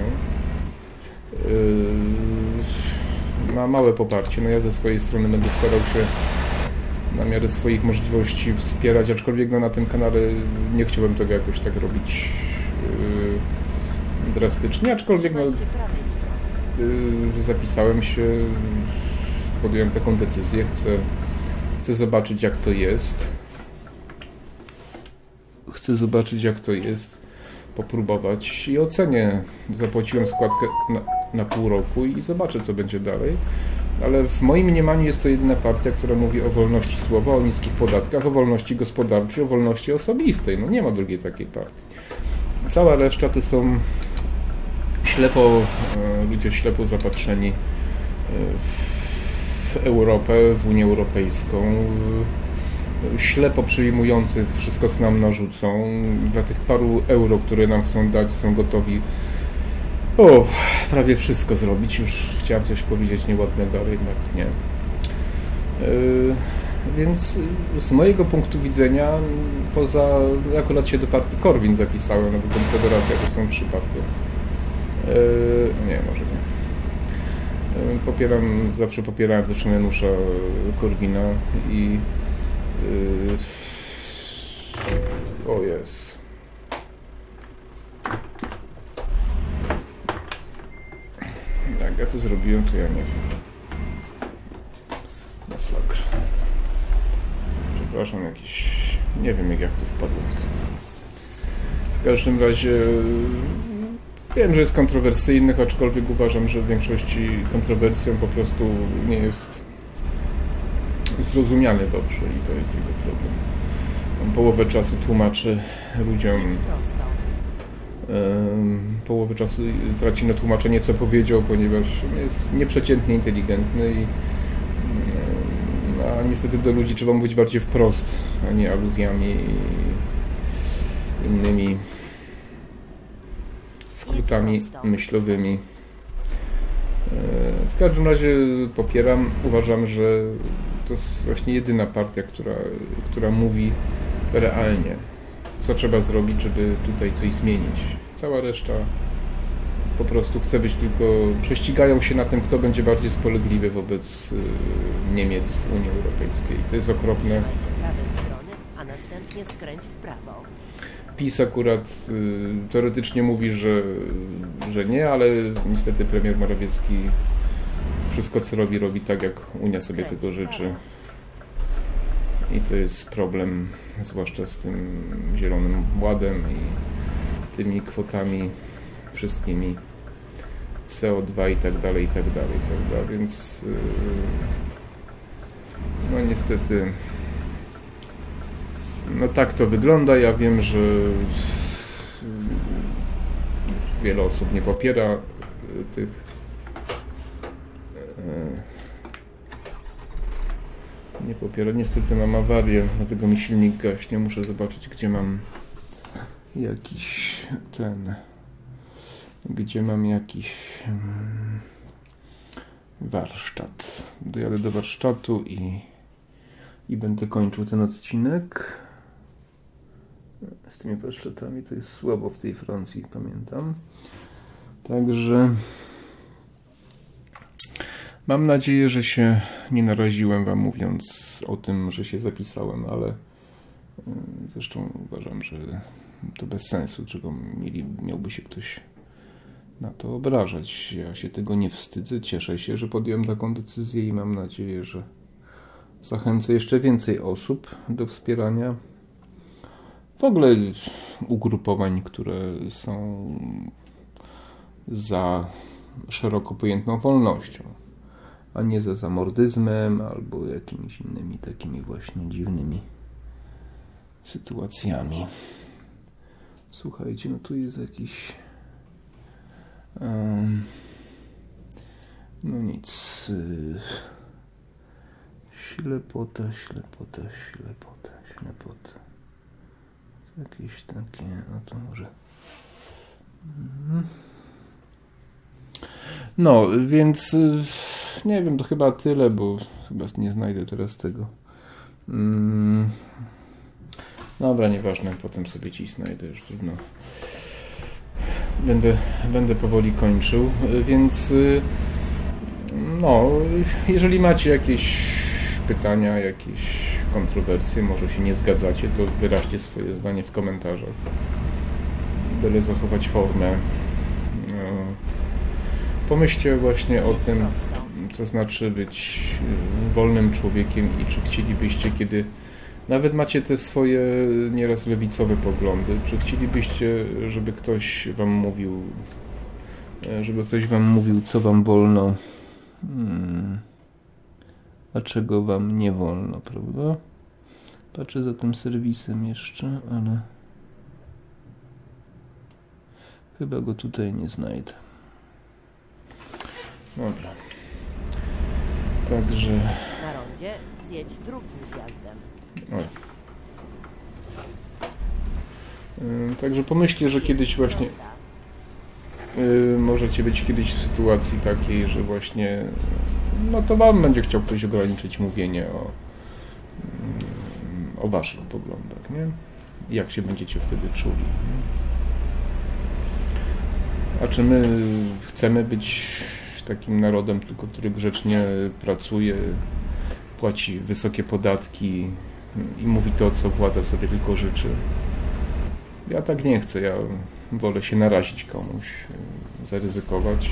ma małe poparcie. No ja ze swojej strony będę starał się na miarę swoich możliwości wspierać, aczkolwiek no, na tym kanale nie chciałbym tego jakoś tak robić drastycznie, aczkolwiek no, yy, zapisałem się, podjąłem taką decyzję, chcę, chcę zobaczyć jak to jest, chcę zobaczyć jak to jest, popróbować i ocenię, zapłaciłem składkę na, na pół roku i zobaczę co będzie dalej, ale w moim mniemaniu jest to jedyna partia, która mówi o wolności słowa, o niskich podatkach, o wolności gospodarczej, o wolności osobistej, no nie ma drugiej takiej partii. Cała reszta to są ślepo, ludzie ślepo zapatrzeni w Europę, w Unię Europejską, ślepo przyjmujących wszystko, co nam narzucą. Dla tych paru euro, które nam chcą dać, są gotowi o, prawie wszystko zrobić. Już chciałem coś powiedzieć nieładnego, ale jednak nie. Yy, więc z mojego punktu widzenia, poza, akurat się do partii Korwin zapisałem, no bo Konfederacja to są trzy partie. Yy, nie, może nie. Yy, popieram, zawsze popierałem zaczynanusza Korwina i yy, o jest. Jak ja to zrobiłem, to ja nie wiem. Masakra. Przepraszam, jakiś... nie wiem jak, jak to wpadło w to. W każdym razie wiem, że jest kontrowersyjnych, aczkolwiek uważam, że w większości kontrowersją po prostu nie jest zrozumiany dobrze i to jest jego problem. On połowę czasu tłumaczy ludziom, um, połowę czasu traci na tłumaczenie, co powiedział, ponieważ jest nieprzeciętnie inteligentny i a niestety do ludzi trzeba mówić bardziej wprost, a nie aluzjami i innymi skrótami myślowymi. W każdym razie popieram, uważam, że to jest właśnie jedyna partia, która, która mówi realnie, co trzeba zrobić, żeby tutaj coś zmienić. Cała reszta po prostu chce być tylko, prześcigają się na tym, kto będzie bardziej spolegliwy wobec Niemiec, Unii Europejskiej. To jest okropne. Trzymaj się prawej strony, a następnie skręć w prawo. PiS akurat y, teoretycznie mówi, że, że nie, ale niestety premier Morawiecki wszystko co robi, robi tak, jak Unia sobie tego życzy. I to jest problem, zwłaszcza z tym Zielonym Ładem i tymi kwotami wszystkimi C O dwa i tak dalej, i tak dalej, prawda? Więc yy, no niestety no tak to wygląda. Ja wiem, że wiele osób nie popiera tych nie popiera. Niestety mam awarię, dlatego mi silnik gaśnie. Muszę zobaczyć, gdzie mam jakiś ten gdzie mam jakiś hmm, warsztat. Dojadę do warsztatu i i będę kończył ten odcinek. Z tymi warsztatami to jest słabo w tej Francji, pamiętam. Także mam nadzieję, że się nie naraziłem wam mówiąc o tym, że się zapisałem, ale zresztą uważam, że to bez sensu, czego mieli, miałby się ktoś na to obrażać. Ja się tego nie wstydzę, cieszę się, że podjąłem taką decyzję i mam nadzieję, że zachęcę jeszcze więcej osób do wspierania w ogóle ugrupowań, które są za szeroko pojętą wolnością, a nie za zamordyzmem albo jakimiś innymi takimi właśnie dziwnymi sytuacjami. Słuchajcie, no tu jest jakiś um, no nic ślepota, ślepota, ślepota, ślepota. Jakieś takie, no to może mhm. No, więc nie wiem, to chyba tyle, bo chyba nie znajdę teraz tego. Mm. Dobra, nieważne, potem sobie ci znajdę, już trudno. Będę, będę powoli kończył, więc no, jeżeli macie jakieś pytania, jakieś kontrowersje, może się nie zgadzacie, to wyraźcie swoje zdanie w komentarzach. Byle zachować formę. Pomyślcie właśnie o tym, co znaczy być wolnym człowiekiem i czy chcielibyście, kiedy nawet macie te swoje nieraz lewicowe poglądy, czy chcielibyście, żeby ktoś wam mówił, żeby ktoś wam mówił, co wam wolno, hmm. a czego wam nie wolno, prawda? Patrzę za tym serwisem jeszcze, ale chyba go tutaj nie znajdę. Dobra. Także... Na rondzie zjedź drugim zjazdem. O. Yy, także pomyślcie, że kiedyś właśnie yy, możecie być kiedyś w sytuacji takiej, że właśnie no to wam będzie chciał ktoś ograniczyć mówienie o, yy, o waszych poglądach, nie? Jak się będziecie wtedy czuli, nie? A czy my chcemy być takim narodem, tylko który grzecznie pracuje, płaci wysokie podatki i mówi to, co władza sobie tylko życzy? Ja tak nie chcę. Ja wolę się narazić komuś, zaryzykować.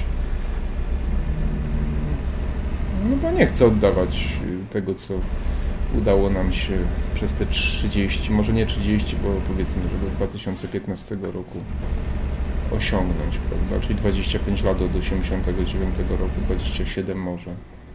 No bo nie chcę oddawać tego, co udało nam się przez te trzydzieści, może nie trzydzieści, bo powiedzmy, że do dwa tysiące piętnastego roku osiągnąć, prawda? Czyli dwadzieścia pięć lat od osiemdziesiątego dziewiątego roku, dwadzieścia siedem może.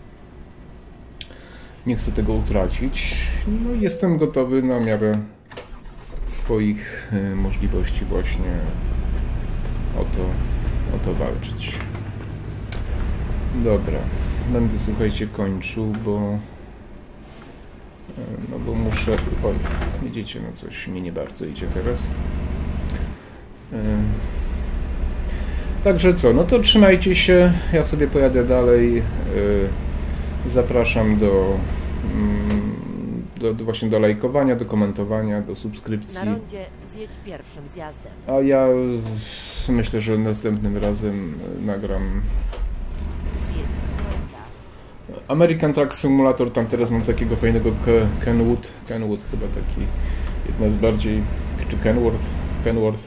Nie chcę tego utracić. No, jestem gotowy na miarę swoich możliwości właśnie o to, o to walczyć. Dobra, będę, słuchajcie, kończył, bo no bo muszę... Oj, widzicie, no coś mi nie bardzo idzie teraz. Także co, no to trzymajcie się, ja sobie pojadę dalej. Zapraszam do, do, do właśnie do lajkowania, do komentowania, do Na subskrypcji. rondzie zjedź pierwszym zjazdem. A ja myślę, że następnym razem nagram Zjedź z ronda. American Truck Simulator. Tam teraz mam takiego fajnego Ke- Kenwood. Kenwood chyba taki, jedna z bardziej, czy Kenworth, Kenworth.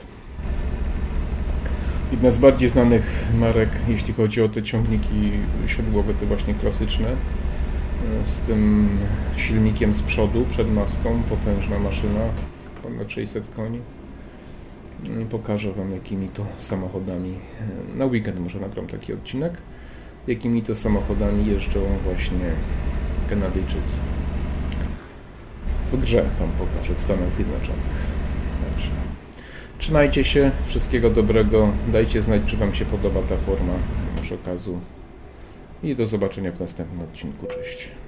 Jedna z bardziej znanych marek, jeśli chodzi o te ciągniki siodłowe, te właśnie klasyczne. Z tym silnikiem z przodu, przed maską, potężna maszyna, ponad sześćset koni. I pokażę Wam, jakimi to samochodami, na weekend może nagram taki odcinek, jakimi to samochodami jeżdżą właśnie Kanadyjczycy. W grze Wam pokażę, w Stanach Zjednoczonych. Także trzymajcie się, wszystkiego dobrego, dajcie znać, czy Wam się podoba ta forma przy okazji i do zobaczenia w następnym odcinku. Cześć.